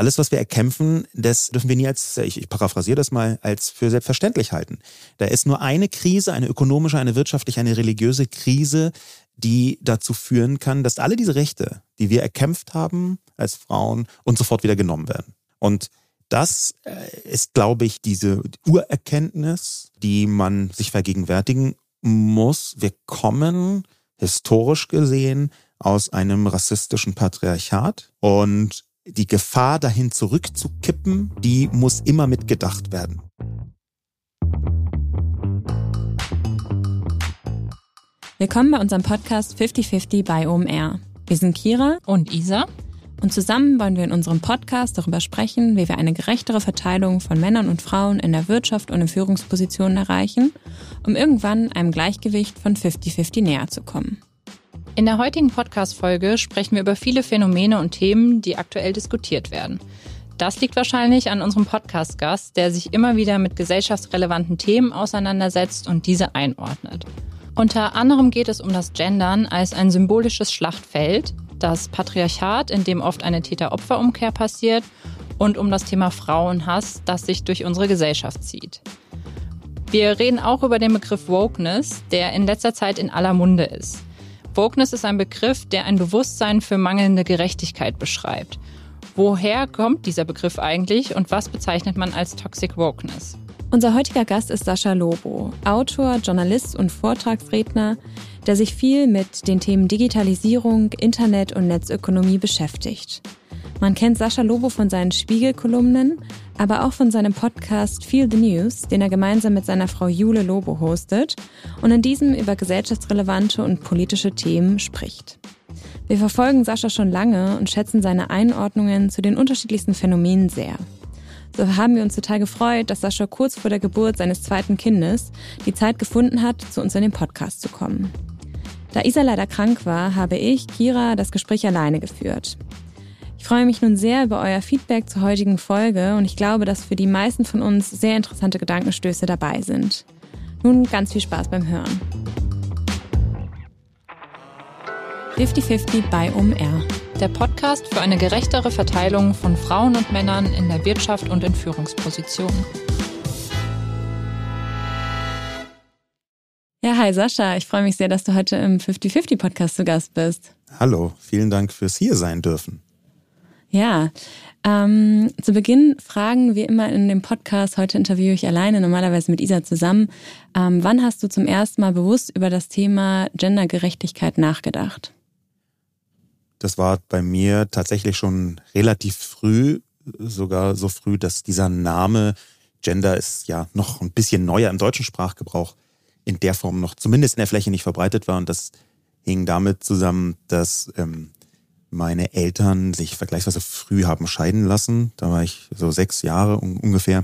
Alles, was wir erkämpfen, das dürfen wir nie als, ich paraphrasiere das mal, als für selbstverständlich halten. Da ist nur eine Krise, eine ökonomische, eine wirtschaftliche, eine religiöse Krise, die dazu führen kann, dass alle diese Rechte, die wir erkämpft haben als Frauen, uns sofort wieder genommen werden. Und das ist, glaube ich, diese Urerkenntnis, die man sich vergegenwärtigen muss. Wir kommen historisch gesehen aus einem rassistischen Patriarchat und die Gefahr, dahin zurückzukippen, die muss immer mitgedacht werden. Willkommen bei unserem Podcast 50/50 bei OMR. Wir sind Kira und Isa und zusammen wollen wir in unserem Podcast darüber sprechen, wie wir eine gerechtere Verteilung von Männern und Frauen in der Wirtschaft und in Führungspositionen erreichen, um irgendwann einem Gleichgewicht von 50/50 näher zu kommen. In der heutigen Podcast-Folge sprechen wir über viele Phänomene und Themen, die aktuell diskutiert werden. Das liegt wahrscheinlich an unserem Podcast-Gast, der sich immer wieder mit gesellschaftsrelevanten Themen auseinandersetzt und diese einordnet. Unter anderem geht es um das Gendern als ein symbolisches Schlachtfeld, das Patriarchat, in dem oft eine Täter-Opfer-Umkehr passiert, und um das Thema Frauenhass, das sich durch unsere Gesellschaft zieht. Wir reden auch über den Begriff Wokeness, der in letzter Zeit in aller Munde ist. Wokeness ist ein Begriff, der ein Bewusstsein für mangelnde Gerechtigkeit beschreibt. Woher kommt dieser Begriff eigentlich und was bezeichnet man als Toxic Wokeness? Unser heutiger Gast ist Sascha Lobo, Autor, Journalist und Vortragsredner, der sich viel mit den Themen Digitalisierung, Internet und Netzökonomie beschäftigt. Man kennt Sascha Lobo von seinen Spiegel-Kolumnen, aber auch von seinem Podcast Feel the News, den er gemeinsam mit seiner Frau Jule Lobo hostet und in diesem über gesellschaftsrelevante und politische Themen spricht. Wir verfolgen Sascha schon lange und schätzen seine Einordnungen zu den unterschiedlichsten Phänomenen sehr. So haben wir uns total gefreut, dass Sascha kurz vor der Geburt seines zweiten Kindes die Zeit gefunden hat, zu uns in den Podcast zu kommen. Da Isa leider krank war, habe ich, Kira, das Gespräch alleine geführt. Ich freue mich nun sehr über euer Feedback zur heutigen Folge und ich glaube, dass für die meisten von uns sehr interessante Gedankenstöße dabei sind. Nun ganz viel Spaß beim Hören. 50/50 bei OMR. Der Podcast für eine gerechtere Verteilung von Frauen und Männern in der Wirtschaft und in Führungspositionen. Ja, hi Sascha, ich freue mich sehr, dass du heute im 50/50 Podcast zu Gast bist. Hallo, vielen Dank fürs Hier sein dürfen. Ja, zu Beginn fragen wir immer in dem Podcast, heute interviewe ich alleine, normalerweise mit Isa zusammen, wann hast du zum ersten Mal bewusst über das Thema Gendergerechtigkeit nachgedacht? Das war bei mir tatsächlich schon relativ früh, sogar so früh, dass dieser Name Gender ist ja noch ein bisschen neuer im deutschen Sprachgebrauch, in der Form noch zumindest in der Fläche nicht verbreitet war. Und das hing damit zusammen, dass meine Eltern sich vergleichsweise früh haben scheiden lassen. Da war ich so 6 Jahre ungefähr.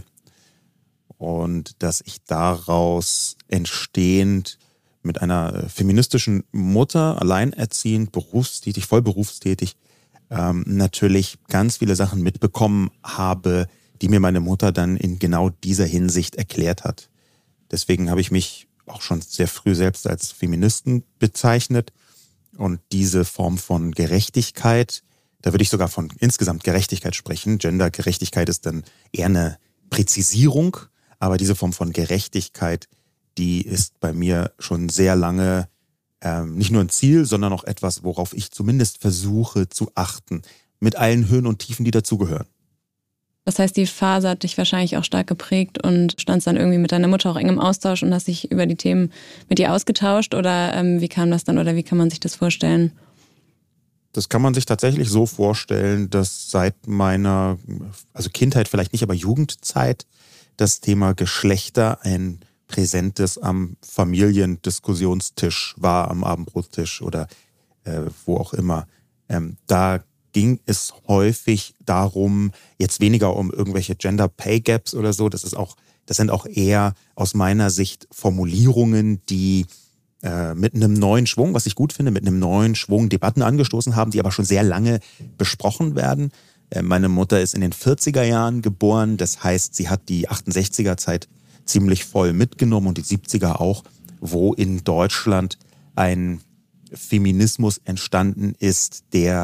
Und dass ich daraus entstehend mit einer feministischen Mutter, alleinerziehend, berufstätig, voll berufstätig, natürlich ganz viele Sachen mitbekommen habe, die mir meine Mutter dann in genau dieser Hinsicht erklärt hat. Deswegen habe ich mich auch schon sehr früh selbst als Feministen bezeichnet. Und diese Form von Gerechtigkeit, da würde ich sogar von insgesamt Gerechtigkeit sprechen. Gendergerechtigkeit ist dann eher eine Präzisierung, aber diese Form von Gerechtigkeit, die ist bei mir schon sehr lange nicht nur ein Ziel, sondern auch etwas, worauf ich zumindest versuche zu achten, mit allen Höhen und Tiefen, die dazugehören. Das heißt, die Phase hat dich wahrscheinlich auch stark geprägt und standst dann irgendwie mit deiner Mutter auch eng im Austausch und hast dich über die Themen mit ihr ausgetauscht oder wie kam das dann oder wie kann man sich das vorstellen? Das kann man sich tatsächlich so vorstellen, dass seit meiner, also Kindheit vielleicht nicht, aber Jugendzeit, das Thema Geschlechter ein präsentes am Familiendiskussionstisch war, am Abendbrottisch oder wo auch immer. Da ging es häufig darum, jetzt weniger um irgendwelche Gender Pay Gaps oder so. Das sind auch eher aus meiner Sicht Formulierungen, die mit einem neuen Schwung, was ich gut finde, mit einem neuen Schwung Debatten angestoßen haben, die aber schon sehr lange besprochen werden. Meine Mutter ist in den 40er Jahren geboren, das heißt, sie hat die 68er Zeit ziemlich voll mitgenommen und die 70er auch, wo in Deutschland ein Feminismus entstanden ist, der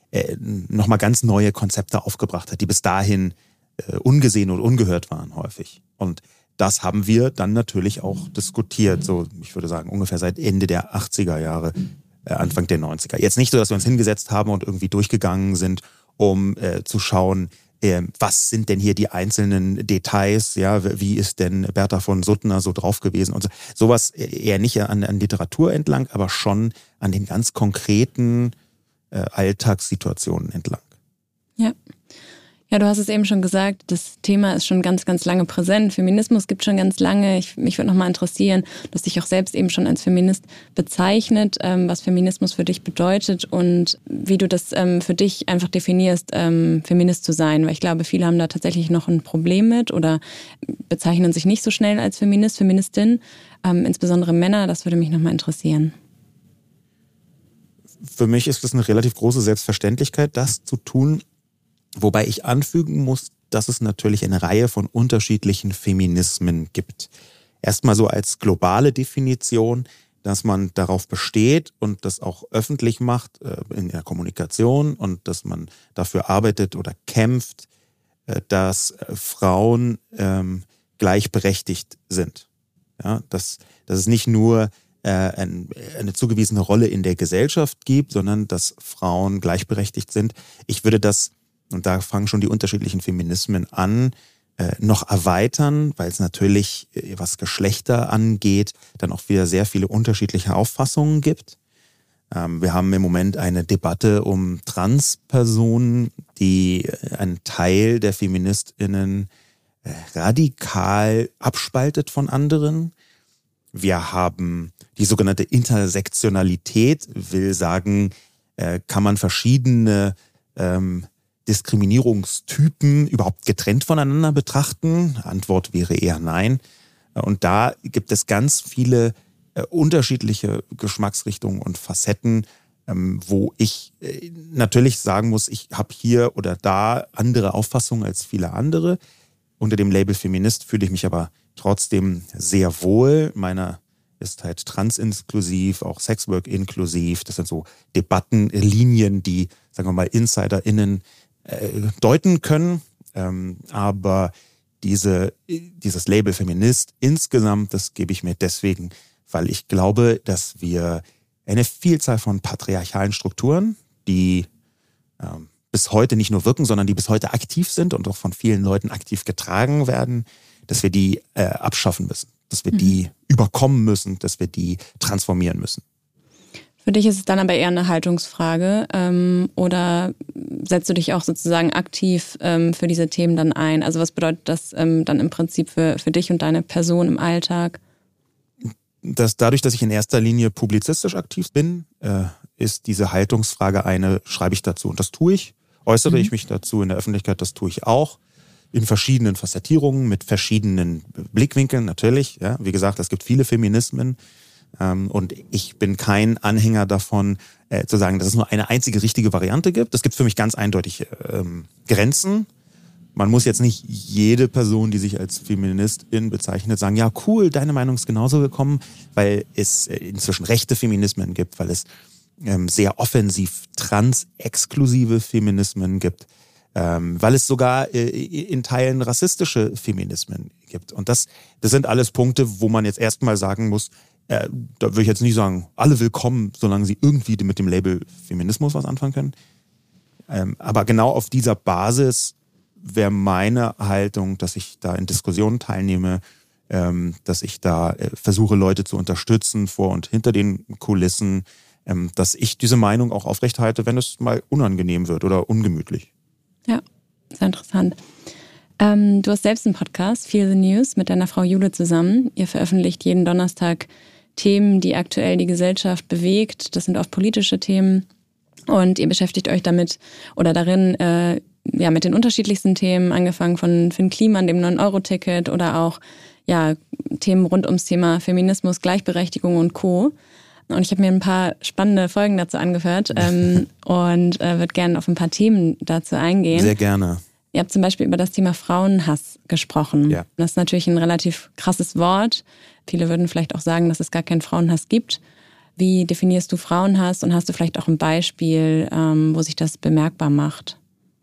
nochmal ganz neue Konzepte aufgebracht hat, die bis dahin ungesehen und ungehört waren häufig. Und das haben wir dann natürlich auch diskutiert, so ich würde sagen ungefähr seit Ende der 80er Jahre, Anfang der 90er. Jetzt nicht so, dass wir uns hingesetzt haben und irgendwie durchgegangen sind, um zu schauen, was sind denn hier die einzelnen Details, ja, wie ist denn Bertha von Suttner so drauf gewesen und so. Sowas eher nicht an Literatur entlang, aber schon an den ganz konkreten Alltagssituationen entlang. Ja. Ja, du hast es eben schon gesagt, das Thema ist schon ganz, ganz lange präsent. Feminismus gibt schon ganz lange. Mich würde nochmal interessieren, du hast dich auch selbst eben schon als Feminist bezeichnet, was Feminismus für dich bedeutet und wie du das für dich einfach definierst, Feminist zu sein. Weil ich glaube, viele haben da tatsächlich noch ein Problem mit oder bezeichnen sich nicht so schnell als Feminist, Feministin, insbesondere Männer. Das würde mich nochmal interessieren. Für mich ist es eine relativ große Selbstverständlichkeit, das zu tun. Wobei ich anfügen muss, dass es natürlich eine Reihe von unterschiedlichen Feminismen gibt. Erstmal so als globale Definition, dass man darauf besteht und das auch öffentlich macht in der Kommunikation und dass man dafür arbeitet oder kämpft, dass Frauen gleichberechtigt sind. Ja, dass es nicht nur eine zugewiesene Rolle in der Gesellschaft gibt, sondern dass Frauen gleichberechtigt sind. Ich würde das, und da fangen schon die unterschiedlichen Feminismen an, noch erweitern, weil es natürlich, was Geschlechter angeht, dann auch wieder sehr viele unterschiedliche Auffassungen gibt. Wir haben im Moment eine Debatte um Transpersonen, die einen Teil der FeministInnen radikal abspaltet von anderen. Wir haben die sogenannte Intersektionalität, will sagen, kann man verschiedene Diskriminierungstypen überhaupt getrennt voneinander betrachten? Antwort wäre eher nein. Und da gibt es ganz viele unterschiedliche Geschmacksrichtungen und Facetten, wo ich natürlich sagen muss, ich habe hier oder da andere Auffassungen als viele andere. Unter dem Label Feminist fühle ich mich aber trotzdem sehr wohl. Meiner ist halt transinklusiv, auch Sexwork inklusiv. Das sind so Debattenlinien, die, sagen wir mal, InsiderInnen deuten können. Aber dieses Label Feminist insgesamt, das gebe ich mir deswegen, weil ich glaube, dass wir eine Vielzahl von patriarchalen Strukturen, die bis heute nicht nur wirken, sondern die bis heute aktiv sind und auch von vielen Leuten aktiv getragen werden, dass wir die abschaffen müssen, dass wir die überkommen müssen, dass wir die transformieren müssen. Für dich ist es dann aber eher eine Haltungsfrage oder setzt du dich auch sozusagen aktiv für diese Themen dann ein? Also was bedeutet das dann im Prinzip für dich und deine Person im Alltag? Dadurch, dass ich in erster Linie publizistisch aktiv bin, ist diese Haltungsfrage eine, schreibe ich dazu und das tue ich. Äußere ich mich dazu in der Öffentlichkeit, das tue ich auch. In verschiedenen Facettierungen, mit verschiedenen Blickwinkeln natürlich. Ja. Wie gesagt, es gibt viele Feminismen. Und ich bin kein Anhänger davon, zu sagen, dass es nur eine einzige richtige Variante gibt. Es gibt für mich ganz eindeutig Grenzen. Man muss jetzt nicht jede Person, die sich als Feministin bezeichnet, sagen, ja cool, deine Meinung ist genauso gekommen, weil es inzwischen rechte Feminismen gibt, weil es sehr offensiv trans-exklusive Feminismen gibt, weil es sogar in Teilen rassistische Feminismen gibt. Und das sind alles Punkte, wo man jetzt erstmal sagen muss, da würde ich jetzt nicht sagen, alle willkommen, solange sie irgendwie mit dem Label Feminismus was anfangen können. Aber genau auf dieser Basis wäre meine Haltung, dass ich da in Diskussionen teilnehme, dass ich da versuche, Leute zu unterstützen vor und hinter den Kulissen, dass ich diese Meinung auch aufrechthalte, wenn es mal unangenehm wird oder ungemütlich. Ja, sehr interessant. Du hast selbst einen Podcast, Feel the News, mit deiner Frau Jule zusammen. Ihr veröffentlicht jeden Donnerstag Themen, die aktuell die Gesellschaft bewegt. Das sind oft politische Themen. Und ihr beschäftigt euch damit oder darin mit den unterschiedlichsten Themen, angefangen von Finn Kliman, dem 9-Euro-Ticket oder auch Themen rund ums Thema Feminismus, Gleichberechtigung und Co. Und ich habe mir ein paar spannende Folgen dazu angehört und würde gerne auf ein paar Themen dazu eingehen. Sehr gerne. Ihr habt zum Beispiel über das Thema Frauenhass gesprochen. Ja. Das ist natürlich ein relativ krasses Wort. Viele würden vielleicht auch sagen, dass es gar keinen Frauenhass gibt. Wie definierst du Frauenhass und hast du vielleicht auch ein Beispiel, wo sich das bemerkbar macht?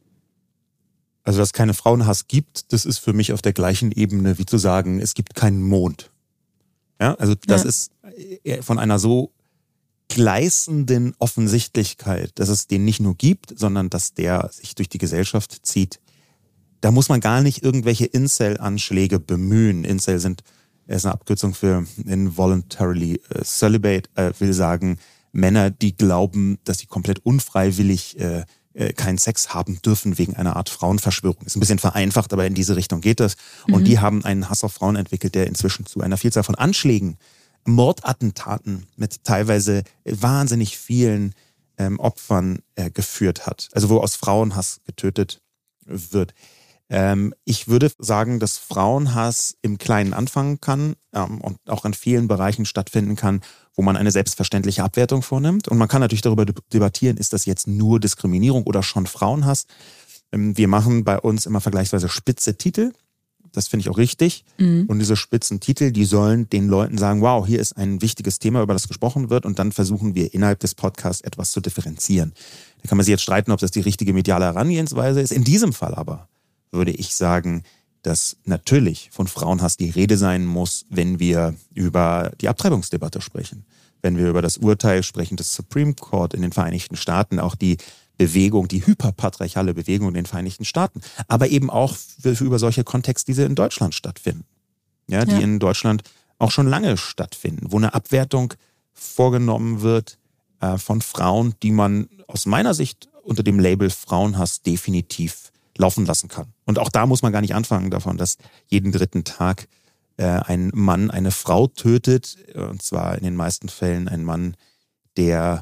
Also, dass es keine Frauenhass gibt, das ist für mich auf der gleichen Ebene wie zu sagen, es gibt keinen Mond. Ja, also das ist von einer so gleißenden Offensichtlichkeit, dass es den nicht nur gibt, sondern dass der sich durch die Gesellschaft zieht. Da muss man gar nicht irgendwelche Incel-Anschläge bemühen. Incel ist eine Abkürzung für involuntarily celibate, will sagen Männer, die glauben, dass sie komplett unfreiwillig keinen Sex haben dürfen wegen einer Art Frauenverschwörung. Ist ein bisschen vereinfacht, aber in diese Richtung geht das. Und die haben einen Hass auf Frauen entwickelt, der inzwischen zu einer Vielzahl von Anschlägen, Mordattentaten mit teilweise wahnsinnig vielen Opfern geführt hat. Also wo aus Frauenhass getötet wird. Ich würde sagen, dass Frauenhass im Kleinen anfangen kann und auch in vielen Bereichen stattfinden kann, wo man eine selbstverständliche Abwertung vornimmt. Und man kann natürlich darüber debattieren, ist das jetzt nur Diskriminierung oder schon Frauenhass? Wir machen bei uns immer vergleichsweise spitze Titel. Das finde ich auch richtig. Und diese spitzen Titel, die sollen den Leuten sagen, wow, hier ist ein wichtiges Thema, über das gesprochen wird. Und dann versuchen wir innerhalb des Podcasts etwas zu differenzieren. Da kann man sich jetzt streiten, ob das die richtige mediale Herangehensweise ist. In diesem Fall aber würde ich sagen, dass natürlich von Frauenhass die Rede sein muss, wenn wir über die Abtreibungsdebatte sprechen. Wenn wir über das Urteil sprechen des Supreme Court in den Vereinigten Staaten, auch die Bewegung, die hyperpatriarchale Bewegung in den Vereinigten Staaten, aber eben auch über solche Kontexte, die in Deutschland stattfinden. Ja, die in Deutschland auch schon lange stattfinden, wo eine Abwertung vorgenommen wird von Frauen, die man aus meiner Sicht unter dem Label Frauenhass definitiv laufen lassen kann. Und auch da muss man gar nicht anfangen davon, dass jeden dritten Tag ein Mann eine Frau tötet, und zwar in den meisten Fällen ein Mann, der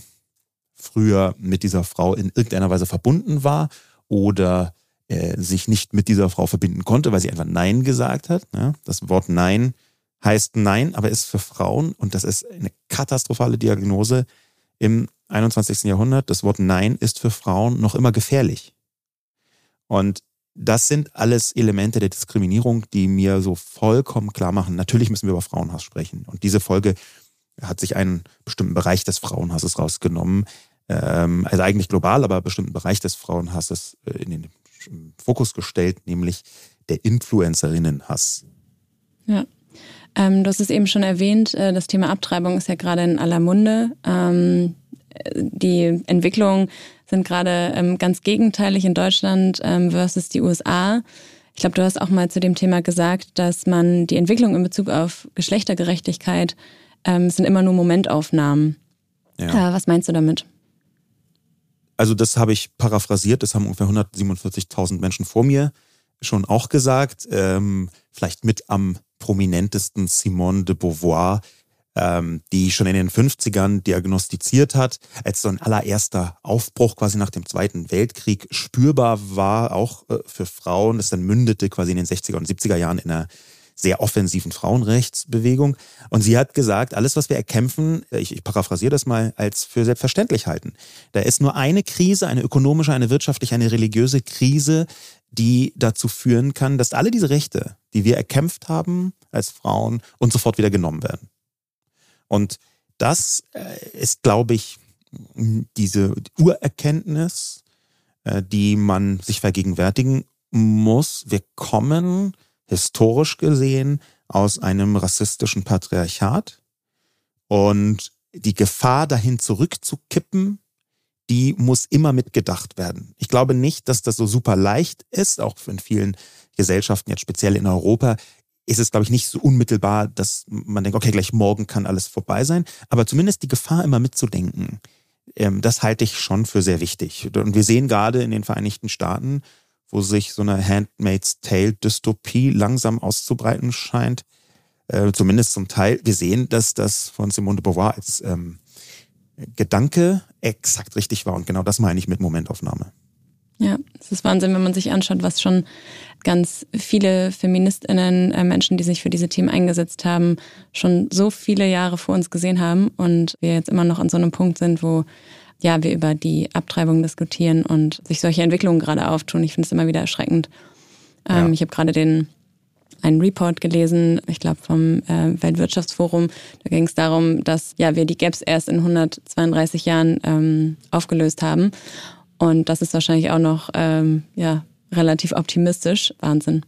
früher mit dieser Frau in irgendeiner Weise verbunden war oder sich nicht mit dieser Frau verbinden konnte, weil sie einfach Nein gesagt hat. Ja? Das Wort Nein heißt Nein, aber ist für Frauen, und das ist eine katastrophale Diagnose im 21. Jahrhundert, das Wort Nein ist für Frauen noch immer gefährlich. Und das sind alles Elemente der Diskriminierung, die mir so vollkommen klar machen, natürlich müssen wir über Frauenhass sprechen. Und diese Folge hat sich einen bestimmten Bereich des Frauenhasses rausgenommen, also eigentlich global, aber einen bestimmten Bereich des Frauenhasses in den Fokus gestellt, nämlich der Influencerinnenhass. Ja, du hast es eben schon erwähnt, das Thema Abtreibung ist ja gerade in aller Munde. Die Entwicklungen sind gerade ganz gegenteilig in Deutschland versus die USA. Ich glaube, du hast auch mal zu dem Thema gesagt, dass man die Entwicklung in Bezug auf Geschlechtergerechtigkeit sind immer nur Momentaufnahmen. Ja. Was meinst du damit? Also das habe ich paraphrasiert, das haben ungefähr 147.000 Menschen vor mir schon auch gesagt. Vielleicht mit am prominentesten Simone de Beauvoir, die schon in den 50ern diagnostiziert hat, als so ein allererster Aufbruch quasi nach dem Zweiten Weltkrieg spürbar war, auch für Frauen. Das dann mündete quasi in den 60er und 70er Jahren in einer sehr offensiven Frauenrechtsbewegung. Und sie hat gesagt, alles, was wir erkämpfen, ich paraphrasiere das mal, als für selbstverständlich halten. Da ist nur eine Krise, eine ökonomische, eine wirtschaftliche, eine religiöse Krise, die dazu führen kann, dass alle diese Rechte, die wir erkämpft haben als Frauen, uns sofort wieder genommen werden. Und das ist, glaube ich, diese Urerkenntnis, die man sich vergegenwärtigen muss. Wir kommen historisch gesehen aus einem rassistischen Patriarchat und die Gefahr, dahin zurückzukippen, die muss immer mitgedacht werden. Ich glaube nicht, dass das so super leicht ist, auch in vielen Gesellschaften, jetzt speziell in Europa, ist es, glaube ich, nicht so unmittelbar, dass man denkt, okay, gleich morgen kann alles vorbei sein, aber zumindest die Gefahr immer mitzudenken, das halte ich schon für sehr wichtig. Und wir sehen gerade in den Vereinigten Staaten, wo sich so eine Handmaid's Tale-Dystopie langsam auszubreiten scheint, zumindest zum Teil. Wir sehen, dass das von Simone de Beauvoir als Gedanke exakt richtig war. Und genau das meine ich mit Momentaufnahme. Ja, es ist Wahnsinn, wenn man sich anschaut, was schon ganz viele FeministInnen, Menschen, die sich für diese Themen eingesetzt haben, schon so viele Jahre vor uns gesehen haben und wir jetzt immer noch an so einem Punkt sind, wo wir über die Abtreibung diskutieren und sich solche Entwicklungen gerade auftun. Ich finde es immer wieder erschreckend. Ich habe gerade den einen Report gelesen, ich glaube vom Weltwirtschaftsforum. Da ging es darum, dass wir die Gaps erst in 132 Jahren aufgelöst haben. Und das ist wahrscheinlich auch noch relativ optimistisch. Wahnsinn.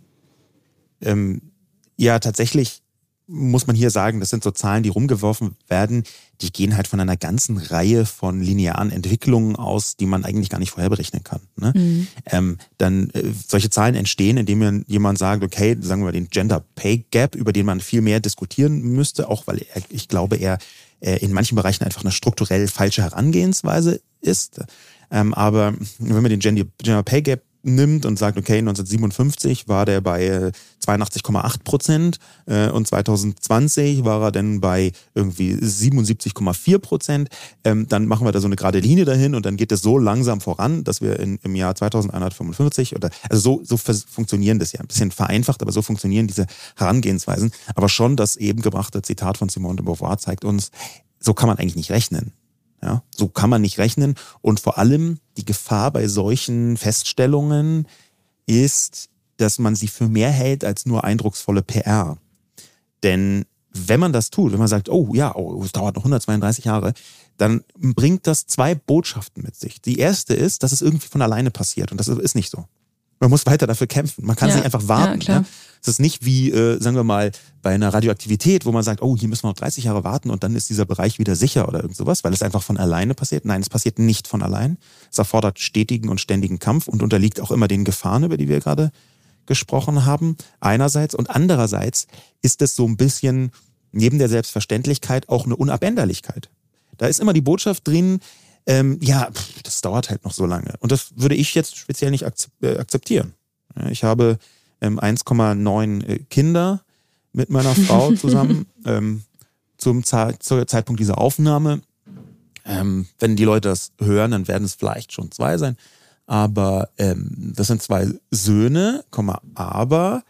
Ja, tatsächlich muss man hier sagen, das sind so Zahlen, die rumgeworfen werden, die gehen halt von einer ganzen Reihe von linearen Entwicklungen aus, die man eigentlich gar nicht vorher berechnen kann. Ne? Solche Zahlen entstehen, indem jemand sagt, okay, sagen wir den Gender Pay Gap, über den man viel mehr diskutieren müsste, auch weil ich glaube, er in manchen Bereichen einfach eine strukturell falsche Herangehensweise ist. Aber wenn man den Gender Pay Gap nimmt und sagt, okay, 1957 war der bei 82,8% und 2020 war er dann bei irgendwie 77,4%. Dann machen wir da so eine gerade Linie dahin und dann geht es so langsam voran, dass wir im Jahr 2145 so funktionieren das ja. Ein bisschen vereinfacht, aber so funktionieren diese Herangehensweisen. Aber schon das eben gebrachte Zitat von Simone de Beauvoir zeigt uns, so kann man eigentlich nicht rechnen. Ja, so kann man nicht rechnen und vor allem die Gefahr bei solchen Feststellungen ist, dass man sie für mehr hält als nur eindrucksvolle PR. Denn wenn man das tut, wenn man sagt, es dauert noch 132 Jahre, dann bringt das zwei Botschaften mit sich. Die erste ist, dass es irgendwie von alleine passiert und das ist nicht so. Man muss weiter dafür kämpfen. Man kann nicht einfach warten. Ja, es ist nicht wie, sagen wir mal, bei einer Radioaktivität, wo man sagt, hier müssen wir noch 30 Jahre warten und dann ist dieser Bereich wieder sicher oder irgend sowas, weil es einfach von alleine passiert. Nein, es passiert nicht von allein. Es erfordert stetigen und ständigen Kampf und unterliegt auch immer den Gefahren, über die wir gerade gesprochen haben, einerseits. Und andererseits ist es so ein bisschen neben der Selbstverständlichkeit auch eine Unabänderlichkeit. Da ist immer die Botschaft drin, das dauert halt noch so lange. Und das würde ich jetzt speziell nicht akzeptieren. Ich habe 1,9 Kinder mit meiner Frau zusammen zum Zeitpunkt dieser Aufnahme. Wenn die Leute das hören, dann werden es vielleicht schon 2 sein. Aber das sind 2 Söhne, aber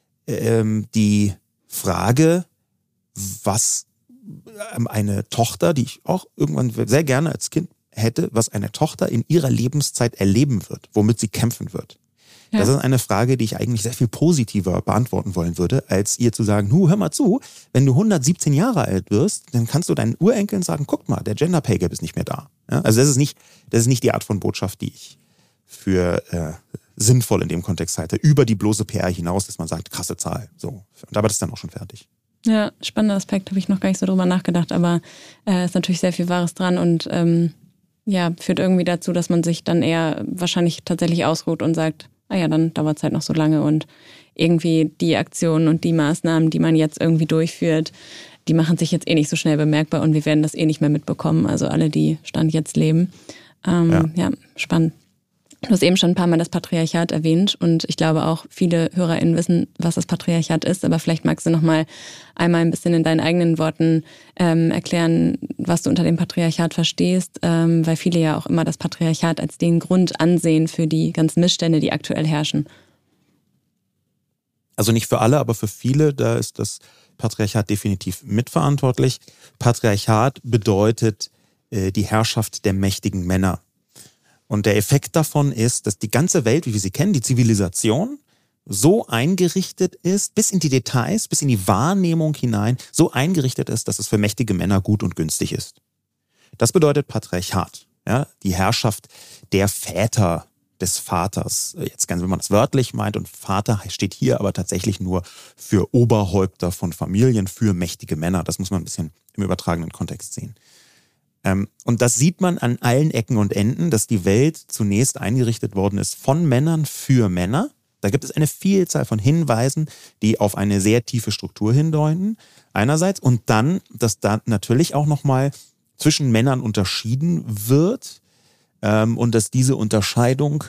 die Frage, was eine Tochter, die ich auch irgendwann sehr gerne als Kind hätte, was eine Tochter in ihrer Lebenszeit erleben wird, womit sie kämpfen wird. Ja. Das ist eine Frage, die ich eigentlich sehr viel positiver beantworten wollen würde, als ihr zu sagen, hör mal zu, wenn du 117 Jahre alt wirst, dann kannst du deinen Urenkeln sagen, guck mal, der Gender Pay Gap ist nicht mehr da. Ja? Also das ist nicht die Art von Botschaft, die ich für sinnvoll in dem Kontext halte, über die bloße PR hinaus, dass man sagt, krasse Zahl. So. Und aber das ist dann auch schon fertig. Ja, spannender Aspekt, habe ich noch gar nicht so drüber nachgedacht, aber ist natürlich sehr viel Wahres dran und führt irgendwie dazu, dass man sich dann eher wahrscheinlich tatsächlich ausruht und sagt, dann dauert es halt noch so lange und irgendwie die Aktionen und die Maßnahmen, die man jetzt irgendwie durchführt, die machen sich jetzt nicht so schnell bemerkbar und wir werden das nicht mehr mitbekommen, also alle, die Stand jetzt leben. Spannend. Du hast eben schon ein paar Mal das Patriarchat erwähnt und ich glaube auch, viele HörerInnen wissen, was das Patriarchat ist, aber vielleicht magst du noch mal einmal ein bisschen in deinen eigenen Worten erklären, was du unter dem Patriarchat verstehst, weil viele ja auch immer das Patriarchat als den Grund ansehen für die ganzen Missstände, die aktuell herrschen. Also nicht für alle, aber für viele, da ist das Patriarchat definitiv mitverantwortlich. Patriarchat bedeutet die Herrschaft der mächtigen Männer. Und der Effekt davon ist, dass die ganze Welt, wie wir sie kennen, die Zivilisation, so eingerichtet ist, bis in die Details, bis in die Wahrnehmung hinein, so eingerichtet ist, dass es für mächtige Männer gut und günstig ist. Das bedeutet Patriarchat, ja, die Herrschaft der Väter, des Vaters. Jetzt ganz, wenn man es wörtlich meint, und Vater steht hier aber tatsächlich nur für Oberhäupter von Familien, für mächtige Männer. Das muss man ein bisschen im übertragenen Kontext sehen. Und das sieht man an allen Ecken und Enden, dass die Welt zunächst eingerichtet worden ist von Männern für Männer. Da gibt es eine Vielzahl von Hinweisen, die auf eine sehr tiefe Struktur hindeuten, einerseits. Und dann, dass da natürlich auch nochmal zwischen Männern unterschieden wird und dass diese Unterscheidung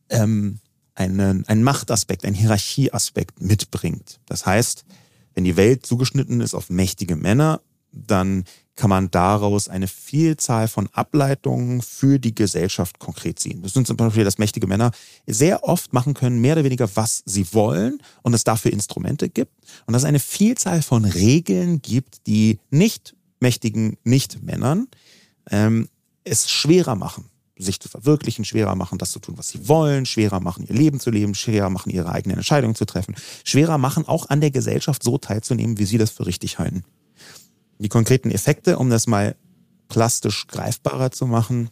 einen Machtaspekt, einen Hierarchieaspekt mitbringt. Das heißt, wenn die Welt zugeschnitten ist auf mächtige Männer, dann kann man daraus eine Vielzahl von Ableitungen für die Gesellschaft konkret ziehen. Das sind zum Beispiel, dass mächtige Männer sehr oft machen können, mehr oder weniger, was sie wollen und es dafür Instrumente gibt. Und dass es eine Vielzahl von Regeln gibt, die nicht mächtigen Nicht-Männern es schwerer machen, sich zu verwirklichen, schwerer machen, das zu tun, was sie wollen, schwerer machen, ihr Leben zu leben, schwerer machen, ihre eigenen Entscheidungen zu treffen, schwerer machen, auch an der Gesellschaft so teilzunehmen, wie sie das für richtig halten. Die konkreten Effekte, um das mal plastisch greifbarer zu machen,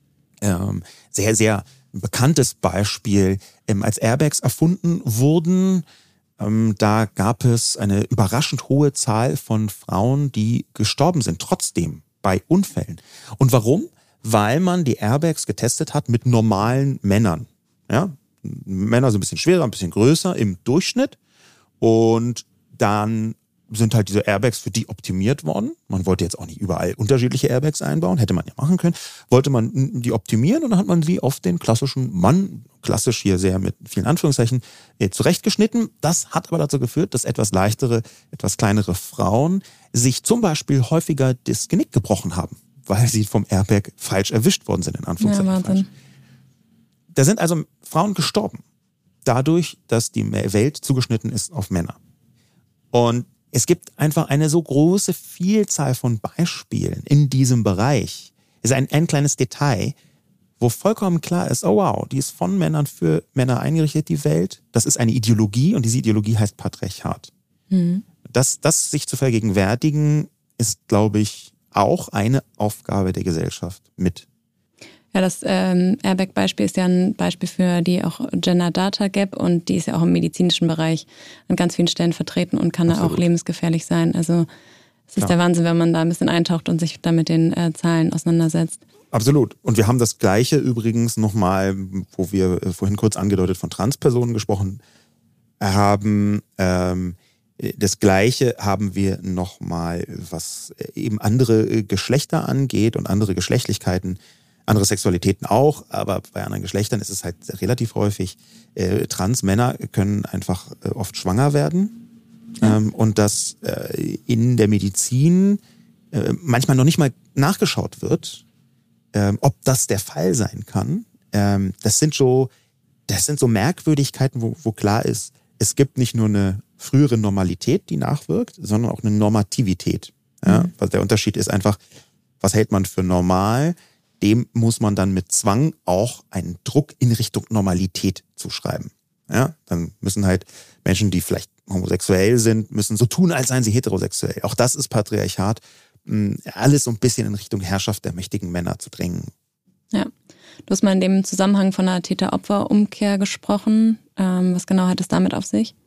sehr, sehr bekanntes Beispiel, als Airbags erfunden wurden, da gab es eine überraschend hohe Zahl von Frauen, die gestorben sind, trotzdem bei Unfällen. Und warum? Weil man die Airbags getestet hat mit normalen Männern. Ja? Männer sind ein bisschen schwerer, ein bisschen größer im Durchschnitt. Und dann sind halt diese Airbags für die optimiert worden. Man wollte jetzt auch nicht überall unterschiedliche Airbags einbauen, hätte man ja machen können. Wollte man die optimieren und dann hat man sie auf den klassischen Mann, klassisch hier sehr mit vielen Anführungszeichen, zurechtgeschnitten. Das hat aber dazu geführt, dass etwas leichtere, etwas kleinere Frauen sich zum Beispiel häufiger das Genick gebrochen haben, weil sie vom Airbag falsch erwischt worden sind, in Anführungszeichen. Ja, Wahnsinn. Da sind also Frauen gestorben, dadurch, dass die Welt zugeschnitten ist auf Männer. Und es gibt einfach eine so große Vielzahl von Beispielen in diesem Bereich. Es ist ein kleines Detail, wo vollkommen klar ist, oh wow, die ist von Männern für Männer eingerichtet, die Welt. Das ist eine Ideologie und diese Ideologie heißt Patriarchat. Mhm. Das sich zu vergegenwärtigen, ist, glaube ich, auch eine Aufgabe der Gesellschaft mit. Ja, das Airbag-Beispiel ist ja ein Beispiel für die auch Gender Data Gap und die ist ja auch im medizinischen Bereich an ganz vielen Stellen vertreten und kann da auch lebensgefährlich sein. Also es ist der Wahnsinn, wenn man da ein bisschen eintaucht und sich da mit den Zahlen auseinandersetzt. Absolut. Und wir haben das Gleiche übrigens nochmal, wo wir vorhin kurz angedeutet von Transpersonen gesprochen haben. Das Gleiche haben wir nochmal, was eben andere Geschlechter angeht und andere Geschlechtlichkeiten. Andere Sexualitäten auch, aber bei anderen Geschlechtern ist es halt relativ häufig. Transmänner können einfach oft schwanger werden. Ja. Und dass in der Medizin manchmal noch nicht mal nachgeschaut wird, ob das der Fall sein kann. Das sind so Merkwürdigkeiten, wo klar ist, es gibt nicht nur eine frühere Normalität, die nachwirkt, sondern auch eine Normativität. Ja? Mhm. Der Unterschied ist einfach, was hält man für normal? Dem muss man dann mit Zwang auch einen Druck in Richtung Normalität zuschreiben. Ja, dann müssen halt Menschen, die vielleicht homosexuell sind, müssen so tun, als seien sie heterosexuell. Auch das ist Patriarchat. Alles so ein bisschen in Richtung Herrschaft der mächtigen Männer zu drängen. Ja, du hast mal in dem Zusammenhang von einer Täter-Opfer-Umkehr gesprochen. Was genau hat es damit auf sich?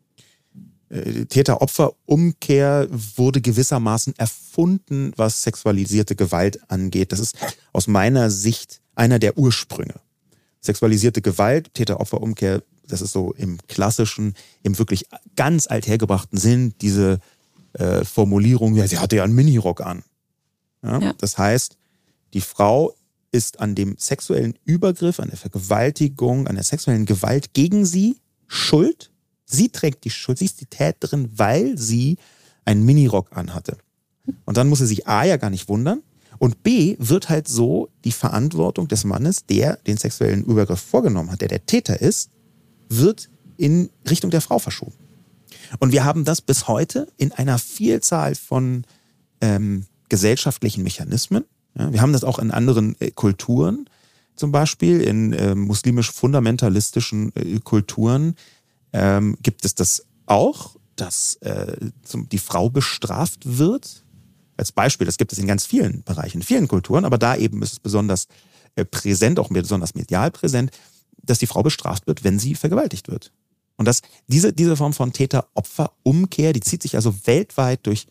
Täter-Opfer-Umkehr wurde gewissermaßen erfunden, was sexualisierte Gewalt angeht. Das ist aus meiner Sicht einer der Ursprünge. Sexualisierte Gewalt, Täter-Opfer-Umkehr, das ist so im klassischen, im wirklich ganz althergebrachten Sinn, diese Formulierung, ja, sie hatte ja einen Minirock an. Ja? Das heißt, die Frau ist an dem sexuellen Übergriff, an der Vergewaltigung, an der sexuellen Gewalt gegen sie schuld. Sie trägt die Schuld, sie ist die Täterin, weil sie einen Minirock anhatte. Und dann muss sie sich A ja gar nicht wundern und B wird halt so die Verantwortung des Mannes, der den sexuellen Übergriff vorgenommen hat, der Täter ist, wird in Richtung der Frau verschoben. Und wir haben das bis heute in einer Vielzahl von gesellschaftlichen Mechanismen. Ja, wir haben das auch in anderen Kulturen, zum Beispiel in muslimisch-fundamentalistischen Kulturen, gibt es das auch, dass die Frau bestraft wird. Als Beispiel, das gibt es in ganz vielen Bereichen, in vielen Kulturen, aber da eben ist es besonders präsent, auch besonders medial präsent, dass die Frau bestraft wird, wenn sie vergewaltigt wird. Und diese Form von Täter-Opfer-Umkehr, die zieht sich also weltweit durch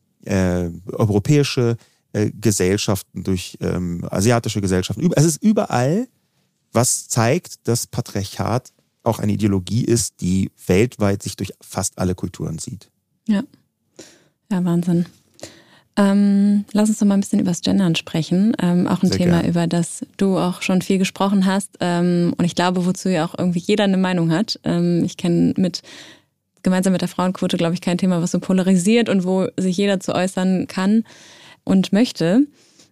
europäische Gesellschaften, durch asiatische Gesellschaften. Es ist überall, was zeigt, dass Patriarchat auch eine Ideologie ist, die weltweit sich durch fast alle Kulturen zieht. Ja, Wahnsinn. Lass uns doch mal ein bisschen über das Gendern sprechen. Auch ein Sehr Thema, gern. Über das du auch schon viel gesprochen hast. Und ich glaube, wozu ja auch irgendwie jeder eine Meinung hat. Ich kenne gemeinsam mit der Frauenquote, glaube ich, kein Thema, was so polarisiert und wo sich jeder zu äußern kann und möchte.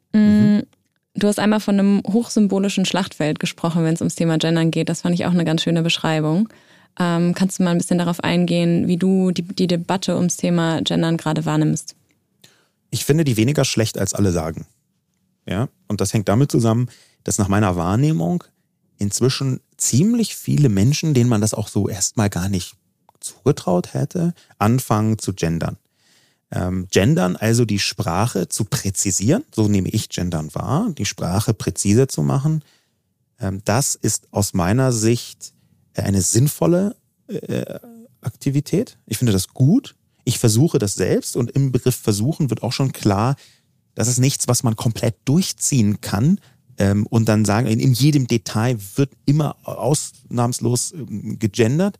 Du hast einmal von einem hochsymbolischen Schlachtfeld gesprochen, wenn es ums Thema Gendern geht. Das fand ich auch eine ganz schöne Beschreibung. Kannst du mal ein bisschen darauf eingehen, wie du die Debatte ums Thema Gendern gerade wahrnimmst? Ich finde die weniger schlecht, als alle sagen. Ja? Und das hängt damit zusammen, dass nach meiner Wahrnehmung inzwischen ziemlich viele Menschen, denen man das auch so erstmal gar nicht zugetraut hätte, anfangen zu gendern. Gendern, also die Sprache zu präzisieren, so nehme ich Gendern wahr, die Sprache präziser zu machen, das ist aus meiner Sicht eine sinnvolle Aktivität. Ich finde das gut. Ich versuche das selbst und im Begriff versuchen wird auch schon klar, das ist nichts, was man komplett durchziehen kann und dann sagen, in jedem Detail wird immer ausnahmslos gegendert.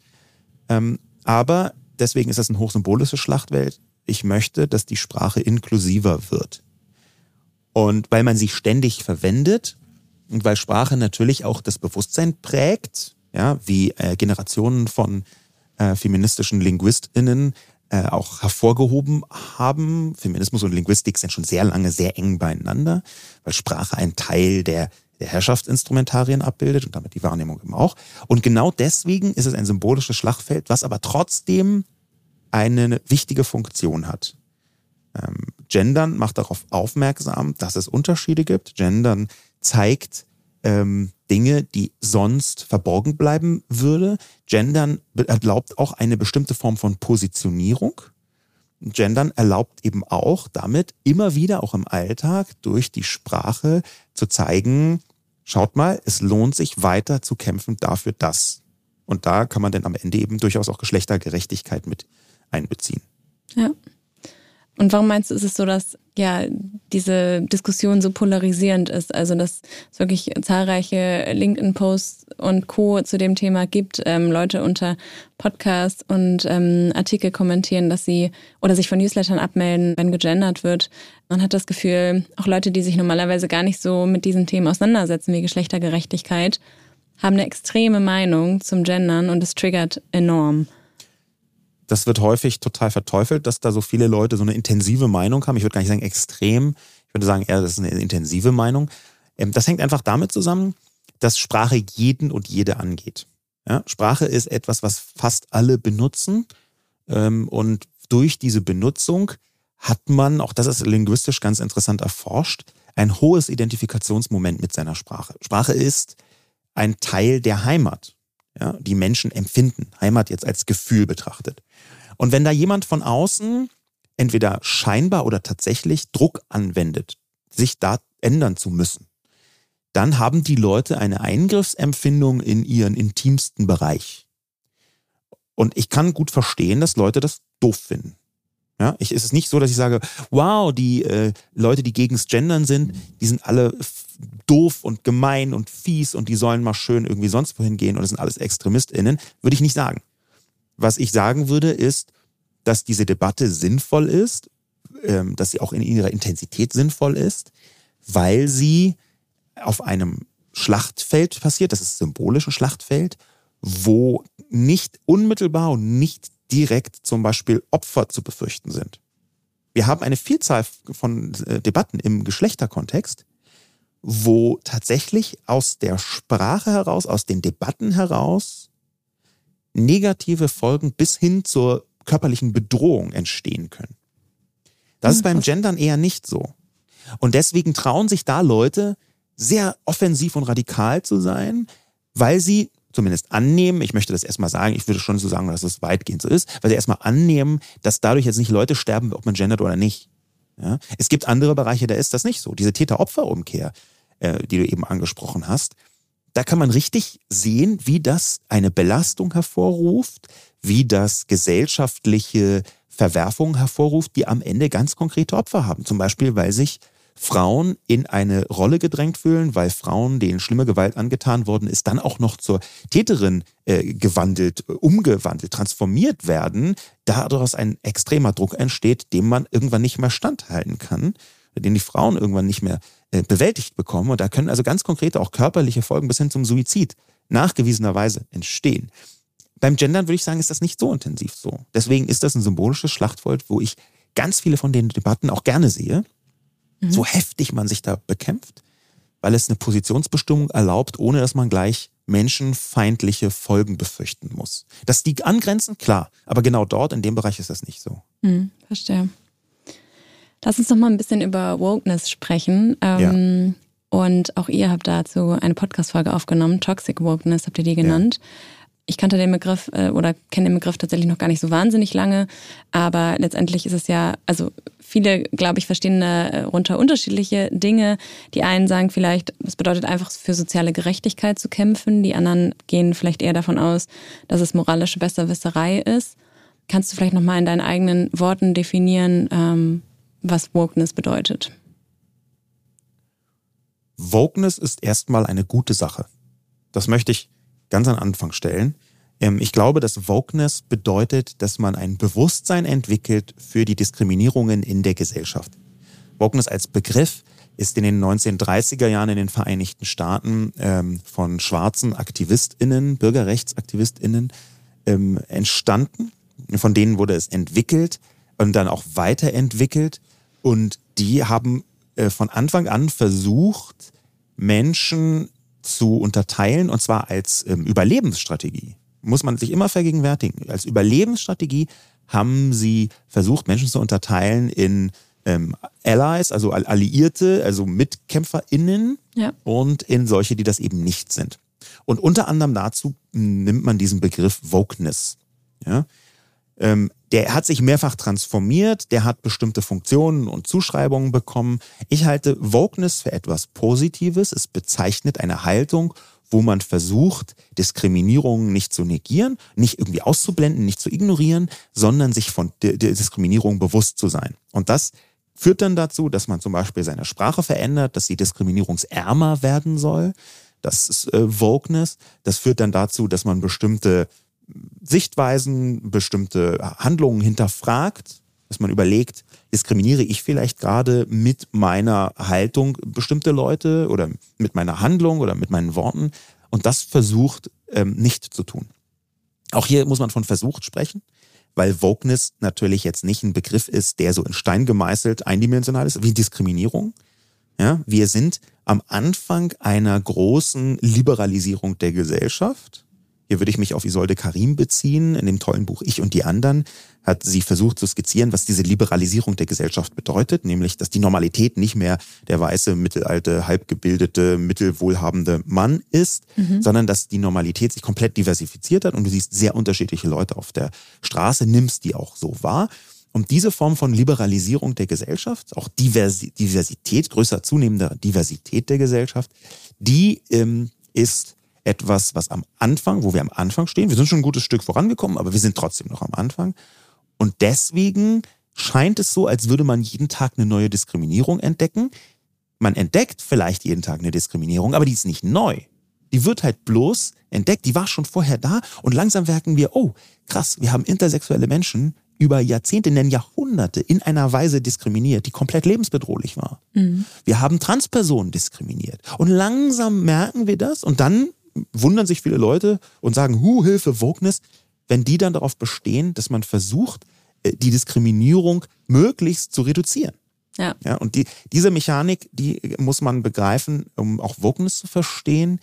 Aber deswegen ist das ein hochsymbolisches Schlachtfeld. Ich möchte, dass die Sprache inklusiver wird. Und weil man sie ständig verwendet und weil Sprache natürlich auch das Bewusstsein prägt, ja, wie Generationen von feministischen LinguistInnen auch hervorgehoben haben. Feminismus und Linguistik sind schon sehr lange sehr eng beieinander, weil Sprache ein Teil der Herrschaftsinstrumentarien abbildet und damit die Wahrnehmung eben auch. Und genau deswegen ist es ein symbolisches Schlachtfeld, was aber trotzdem eine wichtige Funktion hat. Gendern macht darauf aufmerksam, dass es Unterschiede gibt. Gendern zeigt Dinge, die sonst verborgen bleiben würde. Gendern erlaubt auch eine bestimmte Form von Positionierung. Gendern erlaubt eben auch damit immer wieder auch im Alltag durch die Sprache zu zeigen, schaut mal, es lohnt sich weiter zu kämpfen dafür, dass. Und da kann man dann am Ende eben durchaus auch Geschlechtergerechtigkeit mit einbeziehen. Ja. Und warum meinst du, ist es so, dass ja diese Diskussion so polarisierend ist? Also dass es wirklich zahlreiche LinkedIn-Posts und Co. zu dem Thema gibt, Leute unter Podcasts und Artikel kommentieren, dass sie oder sich von Newslettern abmelden, wenn gegendert wird. Man hat das Gefühl, auch Leute, die sich normalerweise gar nicht so mit diesen Themen auseinandersetzen wie Geschlechtergerechtigkeit, haben eine extreme Meinung zum Gendern und es triggert enorm. Das wird häufig total verteufelt, dass da so viele Leute so eine intensive Meinung haben. Ich würde gar nicht sagen extrem, ich würde sagen eher, das ist eine intensive Meinung. Das hängt einfach damit zusammen, dass Sprache jeden und jede angeht. Ja? Sprache ist etwas, was fast alle benutzen und durch diese Benutzung hat man, auch das ist linguistisch ganz interessant erforscht, ein hohes Identifikationsmoment mit seiner Sprache. Sprache ist ein Teil der Heimat, ja, die Menschen empfinden. Heimat jetzt als Gefühl betrachtet. Und wenn da jemand von außen entweder scheinbar oder tatsächlich Druck anwendet, sich da ändern zu müssen, dann haben die Leute eine Eingriffsempfindung in ihren intimsten Bereich. Und ich kann gut verstehen, dass Leute das doof finden. Ja, es ist nicht so, dass ich sage, wow, die Leute, die gegens Gendern sind, die sind alle doof und gemein und fies und die sollen mal schön irgendwie sonst wohin gehen und das sind alles ExtremistInnen, würde ich nicht sagen. Was ich sagen würde, ist, dass diese Debatte sinnvoll ist, dass sie auch in ihrer Intensität sinnvoll ist, weil sie auf einem Schlachtfeld passiert, das ist symbolisch ein Schlachtfeld, wo nicht unmittelbar und nicht direkt zum Beispiel Opfer zu befürchten sind. Wir haben eine Vielzahl von Debatten im Geschlechterkontext, wo tatsächlich aus der Sprache heraus, aus den Debatten heraus negative Folgen bis hin zur körperlichen Bedrohung entstehen können. Das ist beim Gendern eher nicht so. Und deswegen trauen sich da Leute, sehr offensiv und radikal zu sein, weil sie zumindest annehmen, ich möchte das erstmal sagen, ich würde schon so sagen, dass es weitgehend so ist, weil sie erstmal annehmen, dass dadurch jetzt nicht Leute sterben, ob man gendert oder nicht. Ja? Es gibt andere Bereiche, da ist das nicht so. Diese Täter-Opfer-Umkehr, die du eben angesprochen hast, da kann man richtig sehen, wie das eine Belastung hervorruft, wie das gesellschaftliche Verwerfungen hervorruft, die am Ende ganz konkrete Opfer haben. Zum Beispiel, weil sich Frauen in eine Rolle gedrängt fühlen, weil Frauen, denen schlimme Gewalt angetan worden ist, dann auch noch zur Täterin umgewandelt, transformiert werden, daraus ein extremer Druck entsteht, dem man irgendwann nicht mehr standhalten kann, den die Frauen irgendwann nicht mehr bewältigt bekommen. Und da können also ganz konkrete auch körperliche Folgen bis hin zum Suizid nachgewiesenerweise entstehen. Beim Gendern würde ich sagen, ist das nicht so intensiv so. Deswegen ist das ein symbolisches Schlachtfeld, wo ich ganz viele von den Debatten auch gerne sehe, so heftig man sich da bekämpft, weil es eine Positionsbestimmung erlaubt, ohne dass man gleich menschenfeindliche Folgen befürchten muss. Dass die angrenzen, klar, aber genau dort, in dem Bereich ist das nicht so. Verstehe. Lass uns noch mal ein bisschen über Wokeness sprechen. Ja. Und auch ihr habt dazu eine Podcast-Folge aufgenommen, Toxic Wokeness habt ihr die genannt. Ja. Ich kannte den Begriff oder kenne den Begriff tatsächlich noch gar nicht so wahnsinnig lange, aber letztendlich ist es ja, also viele, glaube ich, verstehen darunter unterschiedliche Dinge. Die einen sagen vielleicht, es bedeutet einfach für soziale Gerechtigkeit zu kämpfen, die anderen gehen vielleicht eher davon aus, dass es moralische Besserwisserei ist. Kannst du vielleicht nochmal in deinen eigenen Worten definieren, was Wokeness bedeutet? Wokeness ist erstmal eine gute Sache. Das möchte ich ganz an Anfang stellen. Ich glaube, dass Wokeness bedeutet, dass man ein Bewusstsein entwickelt für die Diskriminierungen in der Gesellschaft. Wokeness als Begriff ist in den 1930er Jahren in den Vereinigten Staaten von schwarzen AktivistInnen, BürgerrechtsaktivistInnen entstanden. Von denen wurde es entwickelt und dann auch weiterentwickelt. Und die haben von Anfang an versucht, Menschen zu unterteilen, und zwar als Überlebensstrategie. Muss man sich immer vergegenwärtigen. Als Überlebensstrategie haben sie versucht, Menschen zu unterteilen in Allies, also Alliierte, also MitkämpferInnen, ja, und in solche, die das eben nicht sind. Und unter anderem dazu nimmt man diesen Begriff Wokeness. Ja? Der hat sich mehrfach transformiert, der hat bestimmte Funktionen und Zuschreibungen bekommen. Ich halte Wokeness für etwas Positives. Es bezeichnet eine Haltung, wo man versucht, Diskriminierungen nicht zu negieren, nicht irgendwie auszublenden, nicht zu ignorieren, sondern sich von der Diskriminierung bewusst zu sein. Und das führt dann dazu, dass man zum Beispiel seine Sprache verändert, dass sie diskriminierungsärmer werden soll. Das ist Wokeness. Das führt dann dazu, dass man bestimmte Sichtweisen, bestimmte Handlungen hinterfragt, dass man überlegt, diskriminiere ich vielleicht gerade mit meiner Haltung bestimmte Leute oder mit meiner Handlung oder mit meinen Worten, und das versucht nicht zu tun. Auch hier muss man von versucht sprechen, weil Wokeness natürlich jetzt nicht ein Begriff ist, der so in Stein gemeißelt eindimensional ist, wie Diskriminierung. Ja, wir sind am Anfang einer großen Liberalisierung der Gesellschaft. Hier würde ich mich auf Isolde Karim beziehen. In dem tollen Buch Ich und die anderen hat sie versucht zu skizzieren, was diese Liberalisierung der Gesellschaft bedeutet, nämlich, dass die Normalität nicht mehr der weiße, mittelalte, halbgebildete, mittelwohlhabende Mann ist, sondern dass die Normalität sich komplett diversifiziert hat und du siehst sehr unterschiedliche Leute auf der Straße, nimmst die auch so wahr. Und diese Form von Liberalisierung der Gesellschaft, auch Diversität, größer zunehmender Diversität der Gesellschaft, die ist etwas, was am Anfang, wo wir am Anfang stehen, wir sind schon ein gutes Stück vorangekommen, aber wir sind trotzdem noch am Anfang. Und deswegen scheint es so, als würde man jeden Tag eine neue Diskriminierung entdecken. Man entdeckt vielleicht jeden Tag eine Diskriminierung, aber die ist nicht neu. Die wird halt bloß entdeckt, die war schon vorher da und langsam merken wir, oh krass, wir haben intersexuelle Menschen über Jahrzehnte, nennen Jahrhunderte in einer Weise diskriminiert, die komplett lebensbedrohlich war. Wir haben Transpersonen diskriminiert und langsam merken wir das und dann wundern sich viele Leute und sagen, Hilfe, Wokeness, wenn die dann darauf bestehen, dass man versucht, die Diskriminierung möglichst zu reduzieren. Ja. Ja, und diese Mechanik, die muss man begreifen, um auch Wokeness zu verstehen.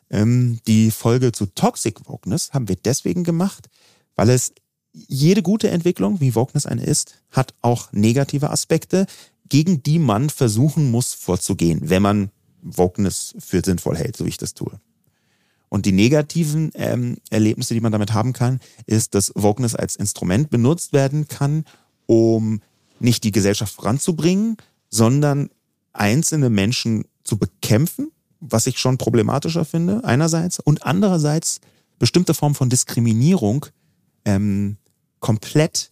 Die Folge zu Toxic Wokeness haben wir deswegen gemacht, weil es jede gute Entwicklung, wie Wokeness eine ist, hat auch negative Aspekte, gegen die man versuchen muss vorzugehen, wenn man Wokeness für sinnvoll hält, so wie ich das tue. Und die negativen Erlebnisse, die man damit haben kann, ist, dass Wokeness als Instrument benutzt werden kann, um nicht die Gesellschaft voranzubringen, sondern einzelne Menschen zu bekämpfen, was ich schon problematischer finde, einerseits, und andererseits bestimmte Formen von Diskriminierung komplett,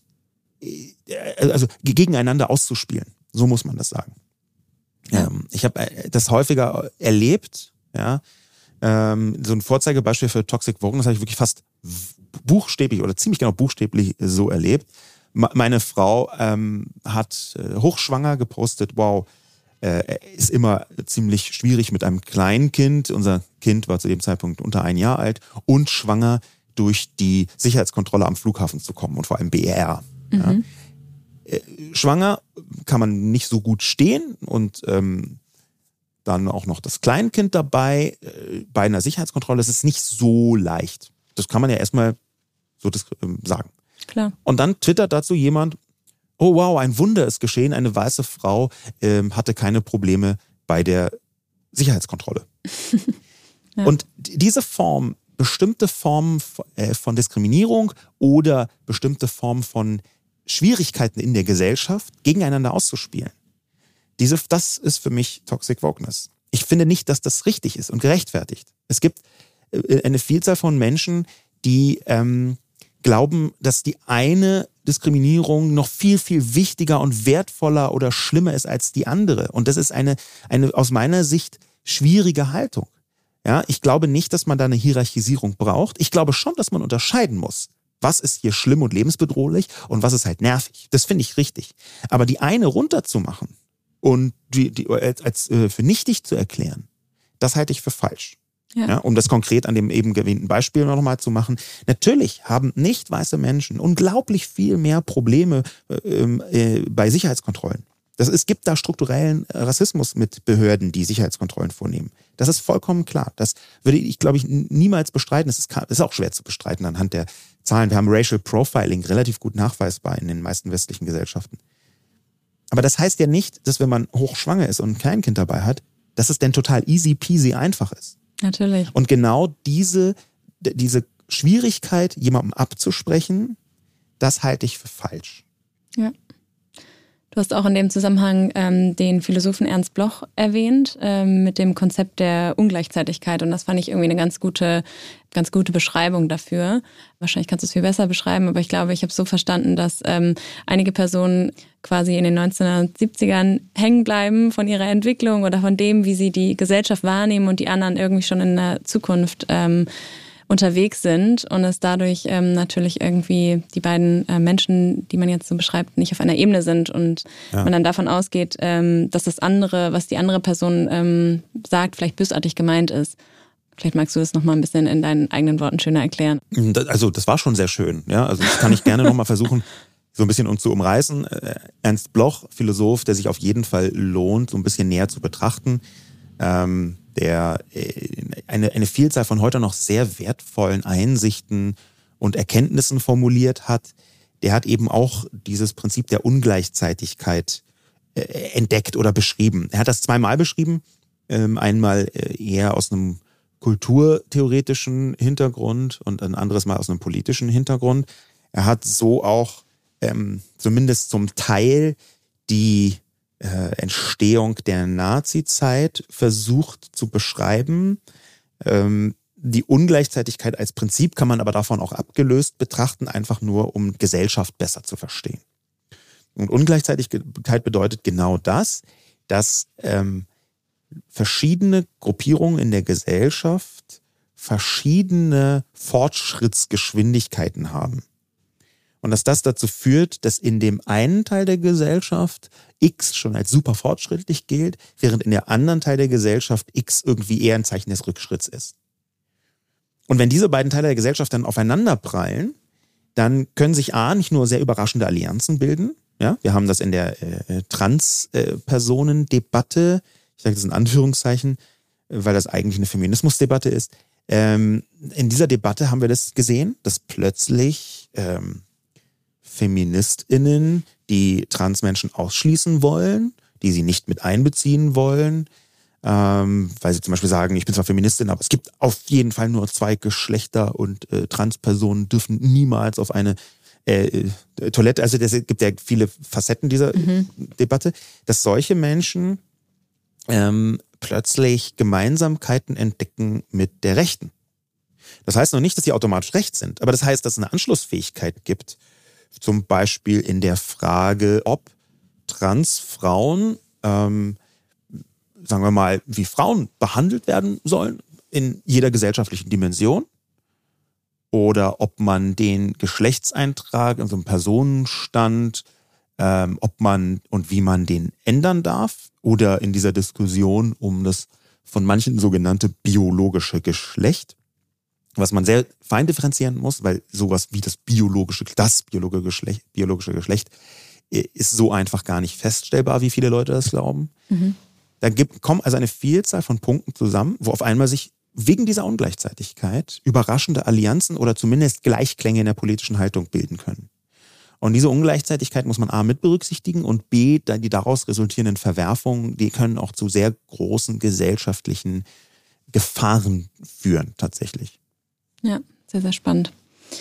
also gegeneinander auszuspielen. So muss man das sagen. Ja. Ich habe das häufiger erlebt, ja. So ein Vorzeigebeispiel für Toxic Wokeness habe ich wirklich fast buchstäblich oder ziemlich genau buchstäblich so erlebt. Meine Frau hat hochschwanger gepostet, wow, ist immer ziemlich schwierig mit einem kleinen Kind. Unser Kind war zu dem Zeitpunkt unter 1 Jahr alt und schwanger durch die Sicherheitskontrolle am Flughafen zu kommen und vor allem BER. Ja. Schwanger kann man nicht so gut stehen und dann auch noch das Kleinkind dabei bei einer Sicherheitskontrolle. Das ist nicht so leicht. Das kann man ja erstmal so sagen. Klar. Und dann twittert dazu jemand, oh wow, ein Wunder ist geschehen, eine weiße Frau hatte keine Probleme bei der Sicherheitskontrolle. Ja. Und diese Form, bestimmte Formen von Diskriminierung oder bestimmte Formen von Schwierigkeiten in der Gesellschaft gegeneinander auszuspielen, das ist für mich Toxic Wokeness. Ich finde nicht, dass das richtig ist und gerechtfertigt. Es gibt eine Vielzahl von Menschen, die glauben, dass die eine Diskriminierung noch viel, viel wichtiger und wertvoller oder schlimmer ist als die andere. Und das ist eine aus meiner Sicht schwierige Haltung. Ja, ich glaube nicht, dass man da eine Hierarchisierung braucht. Ich glaube schon, dass man unterscheiden muss. Was ist hier schlimm und lebensbedrohlich und was ist halt nervig. Das finde ich richtig. Aber die eine runterzumachen und die als für nichtig zu erklären, das halte ich für falsch. Ja, um das konkret an dem eben erwähnten Beispiel nochmal zu machen. Natürlich haben nicht weiße Menschen unglaublich viel mehr Probleme bei Sicherheitskontrollen. Es gibt da strukturellen Rassismus mit Behörden, die Sicherheitskontrollen vornehmen. Das ist vollkommen klar. Das würde ich, glaube ich, niemals bestreiten. Das ist auch schwer zu bestreiten anhand der Zahlen. Wir haben Racial Profiling relativ gut nachweisbar in den meisten westlichen Gesellschaften. Aber das heißt ja nicht, dass wenn man hochschwanger ist und ein Kleinkind dabei hat, dass es denn total easy peasy einfach ist. Natürlich. Und genau diese Schwierigkeit, jemandem abzusprechen, das halte ich für falsch. Ja. Du hast auch in dem Zusammenhang den Philosophen Ernst Bloch erwähnt mit dem Konzept der Ungleichzeitigkeit. Und das fand ich irgendwie eine ganz gute Beschreibung dafür. Wahrscheinlich kannst du es viel besser beschreiben, aber ich glaube, ich habe es so verstanden, dass einige Personen quasi in den 1970ern hängen bleiben von ihrer Entwicklung oder von dem, wie sie die Gesellschaft wahrnehmen und die anderen irgendwie schon in der Zukunft unterwegs sind und es dadurch natürlich irgendwie die beiden Menschen, die man jetzt so beschreibt, nicht auf einer Ebene sind und man dann davon ausgeht, dass das andere, was die andere Person sagt, vielleicht bösartig gemeint ist. Vielleicht magst du das nochmal ein bisschen in deinen eigenen Worten schöner erklären. Also das war schon sehr schön. Ja? Also das kann ich gerne nochmal versuchen, so ein bisschen zu umreißen. Ernst Bloch, Philosoph, der sich auf jeden Fall lohnt, so ein bisschen näher zu betrachten, der eine Vielzahl von heute noch sehr wertvollen Einsichten und Erkenntnissen formuliert hat. Der hat eben auch dieses Prinzip der Ungleichzeitigkeit entdeckt oder beschrieben. Er hat das zweimal beschrieben, einmal eher aus einem kulturtheoretischen Hintergrund und ein anderes Mal aus einem politischen Hintergrund. Er hat so auch zumindest zum Teil die Entstehung der Nazi-Zeit versucht zu beschreiben. Die Ungleichzeitigkeit als Prinzip kann man aber davon auch abgelöst betrachten, einfach nur um Gesellschaft besser zu verstehen. Und Ungleichzeitigkeit bedeutet genau das, dass verschiedene Gruppierungen in der Gesellschaft verschiedene Fortschrittsgeschwindigkeiten haben. Und dass das dazu führt, dass in dem einen Teil der Gesellschaft X schon als super fortschrittlich gilt, während in der anderen Teil der Gesellschaft X irgendwie eher ein Zeichen des Rückschritts ist. Und wenn diese beiden Teile der Gesellschaft dann aufeinander prallen, dann können sich nicht nur sehr überraschende Allianzen bilden. Ja, wir haben das in der Trans-Personen-Debatte, ich sage das in Anführungszeichen, weil das eigentlich eine Feminismusdebatte ist. In dieser Debatte haben wir das gesehen, dass plötzlich FeministInnen, die Transmenschen ausschließen wollen, die sie nicht mit einbeziehen wollen, weil sie zum Beispiel sagen, ich bin zwar Feministin, aber es gibt auf jeden Fall nur 2 Geschlechter und Transpersonen dürfen niemals auf eine Toilette, also es gibt ja viele Facetten dieser Debatte, dass solche Menschen plötzlich Gemeinsamkeiten entdecken mit der Rechten. Das heißt noch nicht, dass sie automatisch rechts sind, aber das heißt, dass es eine Anschlussfähigkeit gibt, zum Beispiel in der Frage, ob Transfrauen, sagen wir mal, wie Frauen behandelt werden sollen in jeder gesellschaftlichen Dimension oder ob man den Geschlechtseintrag, also einen Personenstand, ob man und wie man den ändern darf oder in dieser Diskussion um das von manchen sogenannte biologische Geschlecht, was man sehr fein differenzieren muss, weil sowas wie das biologische Geschlecht ist so einfach gar nicht feststellbar, wie viele Leute das glauben. Da kommen also eine Vielzahl von Punkten zusammen, wo auf einmal sich wegen dieser Ungleichzeitigkeit überraschende Allianzen oder zumindest Gleichklänge in der politischen Haltung bilden können. Und diese Ungleichzeitigkeit muss man A mit berücksichtigen und B, die daraus resultierenden Verwerfungen, die können auch zu sehr großen gesellschaftlichen Gefahren führen, tatsächlich. Ja, sehr, sehr spannend.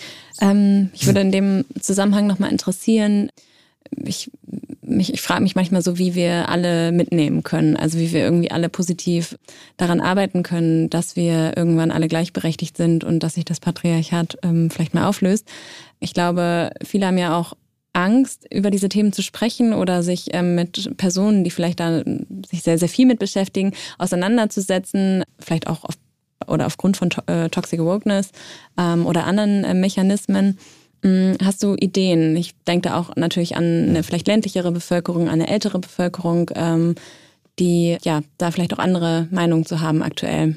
Ich würde in dem Zusammenhang nochmal interessieren, ich frage mich manchmal so, wie wir alle mitnehmen können, also wie wir irgendwie alle positiv daran arbeiten können, dass wir irgendwann alle gleichberechtigt sind und dass sich das Patriarchat vielleicht mal auflöst. Ich glaube, viele haben ja auch Angst, über diese Themen zu sprechen oder sich mit Personen, die vielleicht da sich sehr, sehr viel mit beschäftigen, auseinanderzusetzen, vielleicht auch aufgrund von Toxic Wokeness oder anderen Mechanismen. Hast du Ideen? Ich denke da auch natürlich an eine vielleicht ländlichere Bevölkerung, an eine ältere Bevölkerung, die ja da vielleicht auch andere Meinungen zu haben aktuell.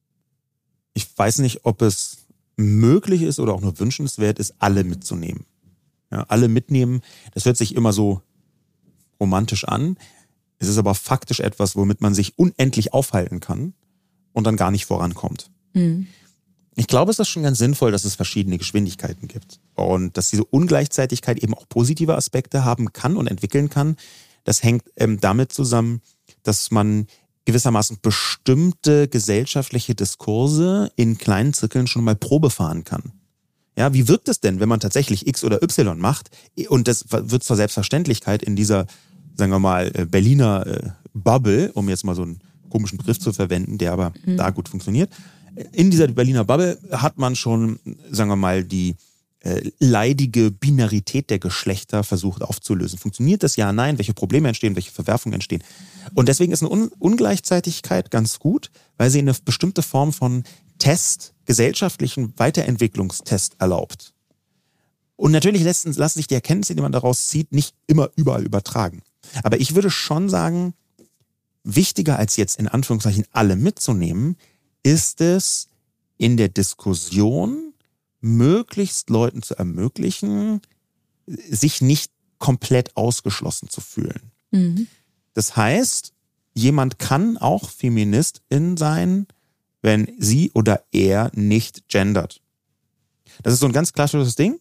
Ich weiß nicht, ob es möglich ist oder auch nur wünschenswert ist, alle mitzunehmen. Ja, alle mitnehmen, das hört sich immer so romantisch an. Es ist aber faktisch etwas, womit man sich unendlich aufhalten kann und dann gar nicht vorankommt. Mhm. Ich glaube, es ist schon ganz sinnvoll, dass es verschiedene Geschwindigkeiten gibt und dass diese Ungleichzeitigkeit eben auch positive Aspekte haben kann und entwickeln kann. Das hängt damit zusammen, dass man gewissermaßen bestimmte gesellschaftliche Diskurse in kleinen Zirkeln schon mal Probe fahren kann. Ja, wie wirkt es denn, wenn man tatsächlich X oder Y macht und das wird zur Selbstverständlichkeit in dieser, sagen wir mal, Berliner Bubble, um jetzt mal so einen komischen Begriff zu verwenden, der aber da gut funktioniert. In dieser Berliner Bubble hat man schon, sagen wir mal, die leidige Binarität der Geschlechter versucht aufzulösen. Funktioniert das? Ja, nein. Welche Probleme entstehen, welche Verwerfungen entstehen? Und deswegen ist eine Ungleichzeitigkeit ganz gut, weil sie eine bestimmte Form von gesellschaftlichen Weiterentwicklungstest erlaubt. Und natürlich lassen sich die Erkenntnisse, die man daraus zieht, nicht immer überall übertragen. Aber ich würde schon sagen, wichtiger als jetzt in Anführungszeichen alle mitzunehmen, ist es in der Diskussion möglichst Leuten zu ermöglichen, sich nicht komplett ausgeschlossen zu fühlen. Mhm. Das heißt, jemand kann auch Feministin sein, wenn sie oder er nicht gendert. Das ist so ein ganz klassisches Ding.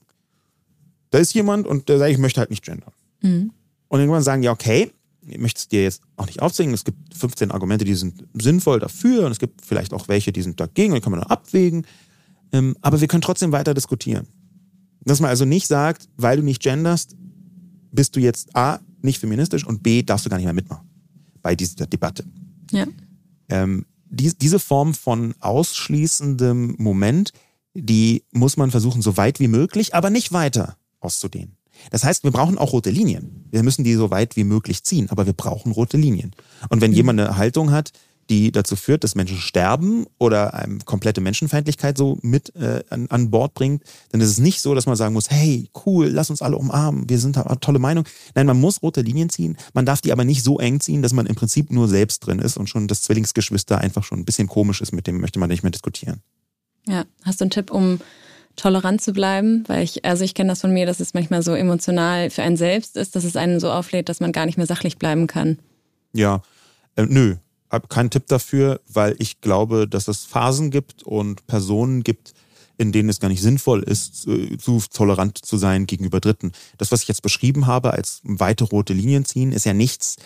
Da ist jemand und der sagt, ich möchte halt nicht gendern. Mhm. Und irgendwann sagen, ja okay, ich möchte es dir jetzt auch nicht aufzwingen. Es gibt 15 Argumente, die sind sinnvoll dafür und es gibt vielleicht auch welche, die sind dagegen und die kann man dann abwägen. Aber wir können trotzdem weiter diskutieren. Dass man also nicht sagt, weil du nicht genderst, bist du jetzt A, nicht feministisch und B, darfst du gar nicht mehr mitmachen bei dieser Debatte. Ja. Diese Form von ausschließendem Moment, die muss man versuchen, so weit wie möglich, aber nicht weiter auszudehnen. Das heißt, wir brauchen auch rote Linien. Wir müssen die so weit wie möglich ziehen, aber wir brauchen rote Linien. Und wenn jemand eine Haltung hat, die dazu führt, dass Menschen sterben oder eine komplette Menschenfeindlichkeit so mit an Bord bringt, dann ist es nicht so, dass man sagen muss, hey, cool, lass uns alle umarmen, wir sind eine tolle Meinung. Nein, man muss rote Linien ziehen, man darf die aber nicht so eng ziehen, dass man im Prinzip nur selbst drin ist und schon das Zwillingsgeschwister einfach schon ein bisschen komisch ist, mit dem möchte man nicht mehr diskutieren. Ja, hast du einen Tipp, um tolerant zu bleiben? Weil ich kenne das von mir, dass es manchmal so emotional für einen selbst ist, dass es einen so auflädt, dass man gar nicht mehr sachlich bleiben kann. Ja, nö. Habe keinen Tipp dafür, weil ich glaube, dass es Phasen gibt und Personen gibt, in denen es gar nicht sinnvoll ist, zu tolerant zu sein gegenüber Dritten. Das, was ich jetzt beschrieben habe als weite rote Linien ziehen, ist ja nichts,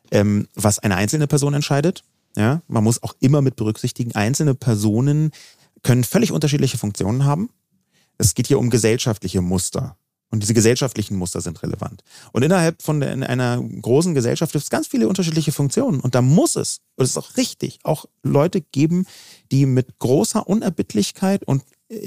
was eine einzelne Person entscheidet. Ja? Man muss auch immer mit berücksichtigen, einzelne Personen können völlig unterschiedliche Funktionen haben. Es geht hier um gesellschaftliche Muster. Und diese gesellschaftlichen Muster sind relevant. Und innerhalb von einer großen Gesellschaft gibt es ganz viele unterschiedliche Funktionen. Und da muss es, und das ist auch richtig, auch Leute geben, die mit großer Unerbittlichkeit und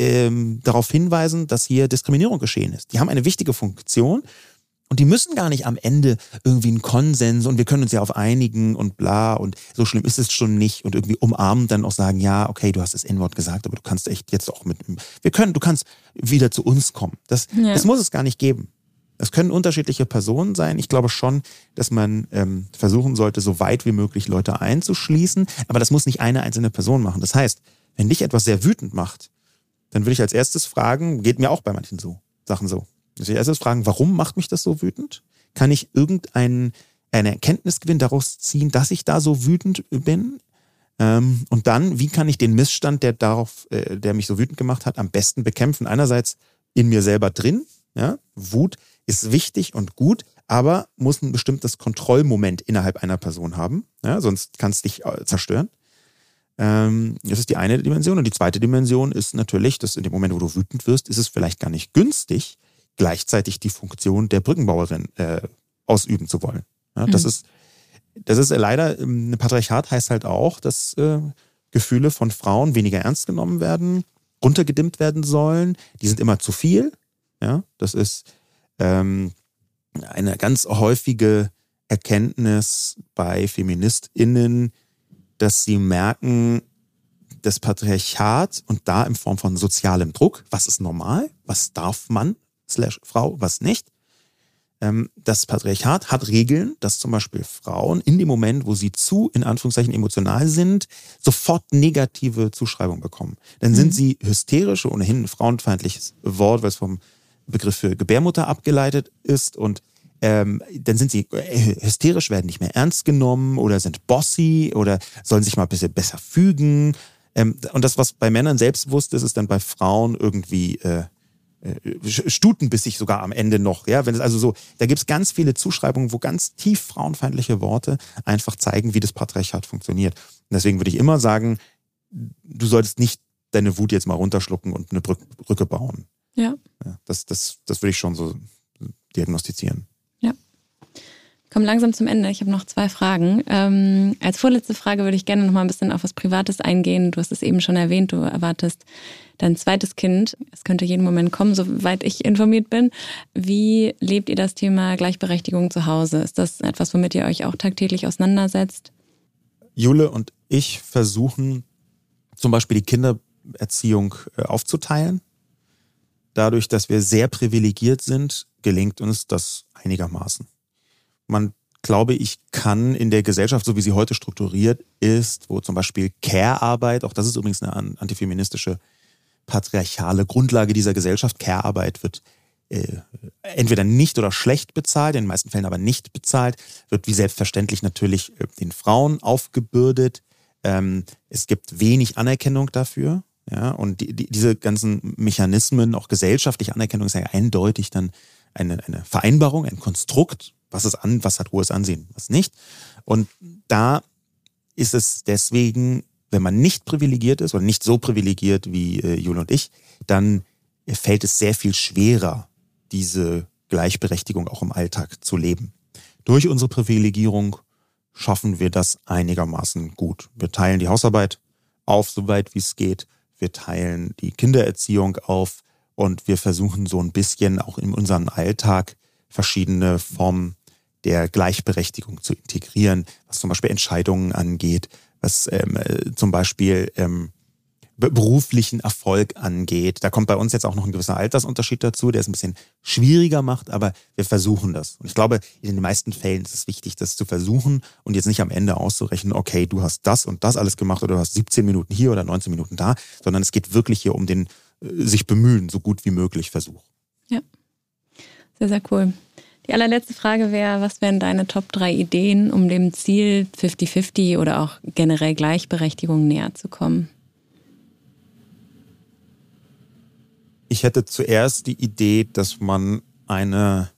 darauf hinweisen, dass hier Diskriminierung geschehen ist. Die haben eine wichtige Funktion und die müssen gar nicht am Ende irgendwie einen Konsens und wir können uns ja auf einigen und bla und so schlimm ist es schon nicht und irgendwie umarmend dann auch sagen, ja, okay, du hast das N-Wort gesagt, aber du kannst echt jetzt auch du kannst wieder zu uns kommen. Das muss es gar nicht geben. Das können unterschiedliche Personen sein. Ich glaube schon, dass man versuchen sollte, so weit wie möglich Leute einzuschließen, aber das muss nicht eine einzelne Person machen. Das heißt, wenn dich etwas sehr wütend macht, dann würde ich als erstes fragen, geht mir auch bei manchen Sachen so. Also als erstes fragen, warum macht mich das so wütend? Kann ich eine Erkenntnisgewinn daraus ziehen, dass ich da so wütend bin? Und dann, wie kann ich den Missstand, der mich so wütend gemacht hat, am besten bekämpfen? Einerseits in mir selber drin, Ja? Wut ist wichtig und gut, aber muss ein bestimmtes Kontrollmoment innerhalb einer Person haben. Ja? Sonst kann es dich zerstören. Das ist die eine Dimension. Und die zweite Dimension ist natürlich, dass in dem Moment, wo du wütend wirst, ist es vielleicht gar nicht günstig, gleichzeitig die Funktion der Brückenbauerin ausüben zu wollen. Ja, das ist leider, ein Patriarchat heißt halt auch, dass Gefühle von Frauen weniger ernst genommen werden, runtergedimmt werden sollen. Die sind immer zu viel. Ja, das ist eine ganz häufige Erkenntnis bei FeministInnen, dass sie merken, das Patriarchat und da in Form von sozialem Druck, was ist normal, was darf man, Frau, was nicht. Das Patriarchat hat Regeln, dass zum Beispiel Frauen in dem Moment, wo sie zu, in Anführungszeichen, emotional sind, sofort negative Zuschreibung bekommen. Dann sind sie hysterisch, ohnehin ein frauenfeindliches Wort, weil es vom Begriff für Gebärmutter abgeleitet ist, und dann sind sie hysterisch, werden nicht mehr ernst genommen oder sind bossy oder sollen sich mal ein bisschen besser fügen. Und das, was bei Männern selbstbewusst ist, ist dann bei Frauen irgendwie stutenbissig sogar am Ende noch. Ja? Wenn es also so, da gibt es ganz viele Zuschreibungen, wo ganz tief frauenfeindliche Worte einfach zeigen, wie das Patriarchat funktioniert. Und deswegen würde ich immer sagen, du solltest nicht deine Wut jetzt mal runterschlucken und eine Brücke bauen. Ja. Das würde ich schon so diagnostizieren. Ja. Komm langsam zum Ende. Ich habe noch 2 Fragen. Als vorletzte Frage würde ich gerne noch mal ein bisschen auf was Privates eingehen. Du hast es eben schon erwähnt, du erwartest dein zweites Kind. Es könnte jeden Moment kommen, soweit ich informiert bin. Wie lebt ihr das Thema Gleichberechtigung zu Hause? Ist das etwas, womit ihr euch auch tagtäglich auseinandersetzt? Jule und ich versuchen zum Beispiel die Kindererziehung aufzuteilen. Dadurch, dass wir sehr privilegiert sind, gelingt uns das einigermaßen. Man, glaube ich, kann in der Gesellschaft, so wie sie heute strukturiert ist, wo zum Beispiel Care-Arbeit, auch das ist übrigens eine antifeministische, patriarchale Grundlage dieser Gesellschaft, Care-Arbeit wird entweder nicht oder schlecht bezahlt, in den meisten Fällen aber nicht bezahlt, wird wie selbstverständlich natürlich den Frauen aufgebürdet. Es gibt wenig Anerkennung dafür. Ja, und diese ganzen Mechanismen, auch gesellschaftliche Anerkennung, ist ja eindeutig dann eine Vereinbarung, ein Konstrukt, was hat hohes Ansehen, was nicht. Und da ist es deswegen, wenn man nicht privilegiert ist oder nicht so privilegiert wie Jule und ich, dann fällt es sehr viel schwerer, diese Gleichberechtigung auch im Alltag zu leben. Durch unsere Privilegierung schaffen wir das einigermaßen gut. Wir teilen die Hausarbeit auf, soweit wie es geht. Wir teilen die Kindererziehung auf und wir versuchen so ein bisschen auch in unseren Alltag verschiedene Formen der Gleichberechtigung zu integrieren, was zum Beispiel Entscheidungen angeht, was zum Beispiel beruflichen Erfolg angeht. Da kommt bei uns jetzt auch noch ein gewisser Altersunterschied dazu, der es ein bisschen schwieriger macht, aber wir versuchen das. Und ich glaube, in den meisten Fällen ist es wichtig, das zu versuchen und jetzt nicht am Ende auszurechnen, okay, du hast das und das alles gemacht oder du hast 17 Minuten hier oder 19 Minuten da, sondern es geht wirklich hier um den sich bemühen, so gut wie möglich Versuch. Ja, sehr, sehr cool. Die allerletzte Frage wäre, was wären deine Top 3 Ideen, um dem Ziel 50-50 oder auch generell Gleichberechtigung näher zu kommen? Ich hätte zuerst die Idee, dass man eine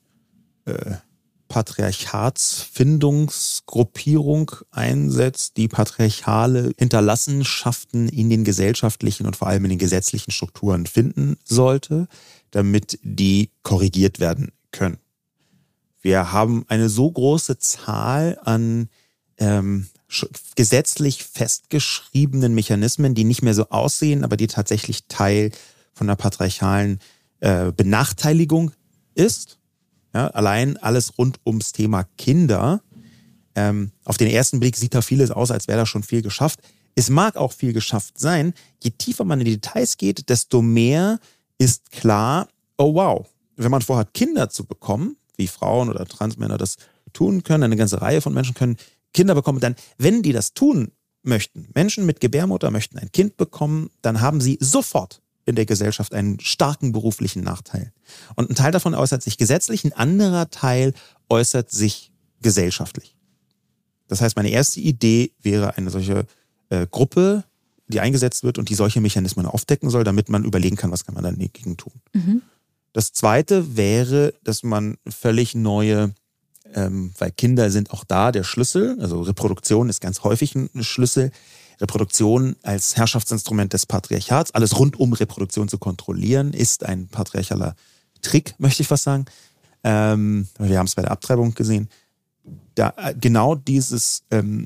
Patriarchatsfindungsgruppierung einsetzt, die patriarchale Hinterlassenschaften in den gesellschaftlichen und vor allem in den gesetzlichen Strukturen finden sollte, damit die korrigiert werden können. Wir haben eine so große Zahl an gesetzlich festgeschriebenen Mechanismen, die nicht mehr so aussehen, aber die tatsächlich Teil von einer patriarchalen Benachteiligung ist. Ja, allein alles rund ums Thema Kinder. Auf den ersten Blick sieht da vieles aus, als wäre da schon viel geschafft. Es mag auch viel geschafft sein. Je tiefer man in die Details geht, desto mehr ist klar, oh wow, wenn man vorhat, Kinder zu bekommen, wie Frauen oder Transmänner das tun können, eine ganze Reihe von Menschen können Kinder bekommen, dann, wenn die das tun möchten, Menschen mit Gebärmutter möchten ein Kind bekommen, dann haben sie sofort in der Gesellschaft einen starken beruflichen Nachteil. Und ein Teil davon äußert sich gesetzlich, ein anderer Teil äußert sich gesellschaftlich. Das heißt, meine erste Idee wäre eine solche Gruppe, die eingesetzt wird und die solche Mechanismen aufdecken soll, damit man überlegen kann, was kann man dagegen tun. Mhm. Das Zweite wäre, dass man völlig neue, weil Kinder sind auch da der Schlüssel, also Reproduktion ist ganz häufig ein Schlüssel, Reproduktion als Herrschaftsinstrument des Patriarchats, alles rund um Reproduktion zu kontrollieren, ist ein patriarchaler Trick, möchte ich fast sagen. Wir haben es bei der Abtreibung gesehen. Genau diese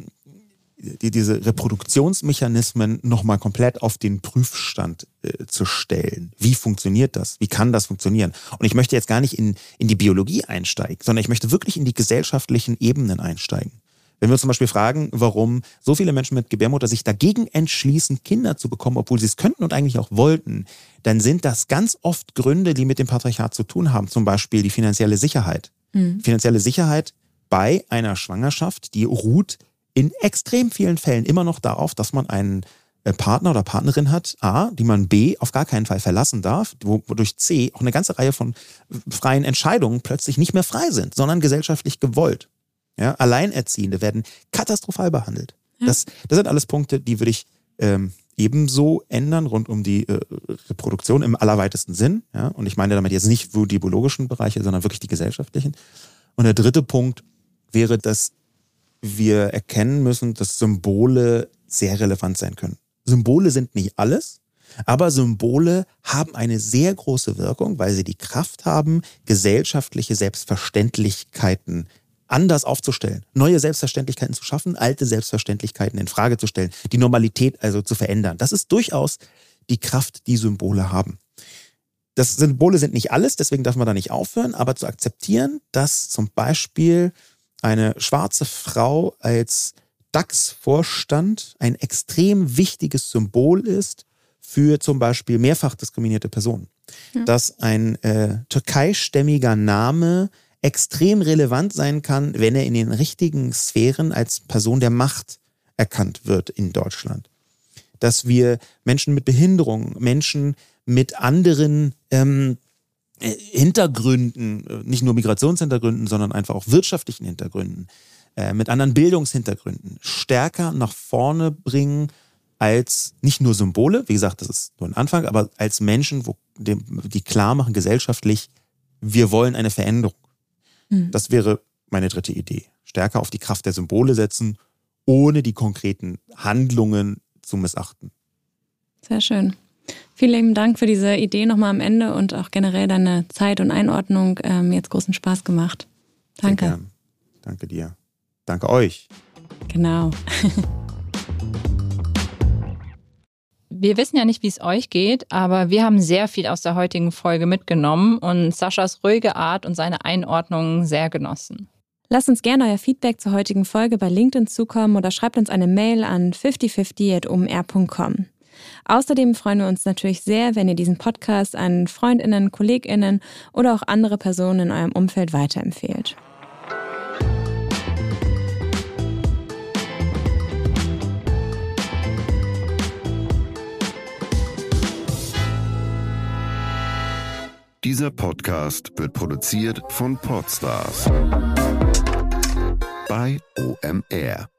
Reproduktionsmechanismen nochmal komplett auf den Prüfstand zu stellen. Wie funktioniert das? Wie kann das funktionieren? Und ich möchte jetzt gar nicht in die Biologie einsteigen, sondern ich möchte wirklich in die gesellschaftlichen Ebenen einsteigen. Wenn wir uns zum Beispiel fragen, warum so viele Menschen mit Gebärmutter sich dagegen entschließen, Kinder zu bekommen, obwohl sie es könnten und eigentlich auch wollten, dann sind das ganz oft Gründe, die mit dem Patriarchat zu tun haben. Zum Beispiel die finanzielle Sicherheit. Finanzielle Sicherheit bei einer Schwangerschaft, die ruht in extrem vielen Fällen immer noch darauf, dass man einen Partner oder Partnerin hat, A, die man B, auf gar keinen Fall verlassen darf, wodurch C, auch eine ganze Reihe von freien Entscheidungen plötzlich nicht mehr frei sind, sondern gesellschaftlich gewollt. Ja, Alleinerziehende werden katastrophal behandelt. Ja. Das sind alles Punkte, die würde ich ebenso ändern rund um die Reproduktion im allerweitesten Sinn. Ja? Und ich meine damit jetzt nicht nur die biologischen Bereiche, sondern wirklich die gesellschaftlichen. Und der dritte Punkt wäre, dass wir erkennen müssen, dass Symbole sehr relevant sein können. Symbole sind nicht alles, aber Symbole haben eine sehr große Wirkung, weil sie die Kraft haben, gesellschaftliche Selbstverständlichkeiten anders aufzustellen, neue Selbstverständlichkeiten zu schaffen, alte Selbstverständlichkeiten in Frage zu stellen, die Normalität also zu verändern. Das ist durchaus die Kraft, die Symbole haben. Symbole sind nicht alles, deswegen darf man da nicht aufhören, aber zu akzeptieren, dass zum Beispiel eine schwarze Frau als DAX-Vorstand ein extrem wichtiges Symbol ist für zum Beispiel mehrfach diskriminierte Personen. Ja. Dass ein türkeistämmiger Name extrem relevant sein kann, wenn er in den richtigen Sphären als Person der Macht erkannt wird in Deutschland. Dass wir Menschen mit Behinderung, Menschen mit anderen Hintergründen, nicht nur Migrationshintergründen, sondern einfach auch wirtschaftlichen Hintergründen, mit anderen Bildungshintergründen stärker nach vorne bringen als nicht nur Symbole, wie gesagt, das ist nur ein Anfang, aber als Menschen, die klar machen gesellschaftlich, wir wollen eine Veränderung. Das wäre meine dritte Idee. Stärker auf die Kraft der Symbole setzen, ohne die konkreten Handlungen zu missachten. Sehr schön. Vielen lieben Dank für diese Idee nochmal am Ende und auch generell deine Zeit und Einordnung. Mir hat großen Spaß gemacht. Danke. Sehr gern. Danke dir. Danke euch. Genau. Wir wissen ja nicht, wie es euch geht, aber wir haben sehr viel aus der heutigen Folge mitgenommen und Saschas ruhige Art und seine Einordnung sehr genossen. Lasst uns gerne euer Feedback zur heutigen Folge bei LinkedIn zukommen oder schreibt uns eine Mail an 5050@omr.com. Außerdem freuen wir uns natürlich sehr, wenn ihr diesen Podcast an FreundInnen, KollegInnen oder auch andere Personen in eurem Umfeld weiterempfehlt. Dieser Podcast wird produziert von Podstars bei OMR.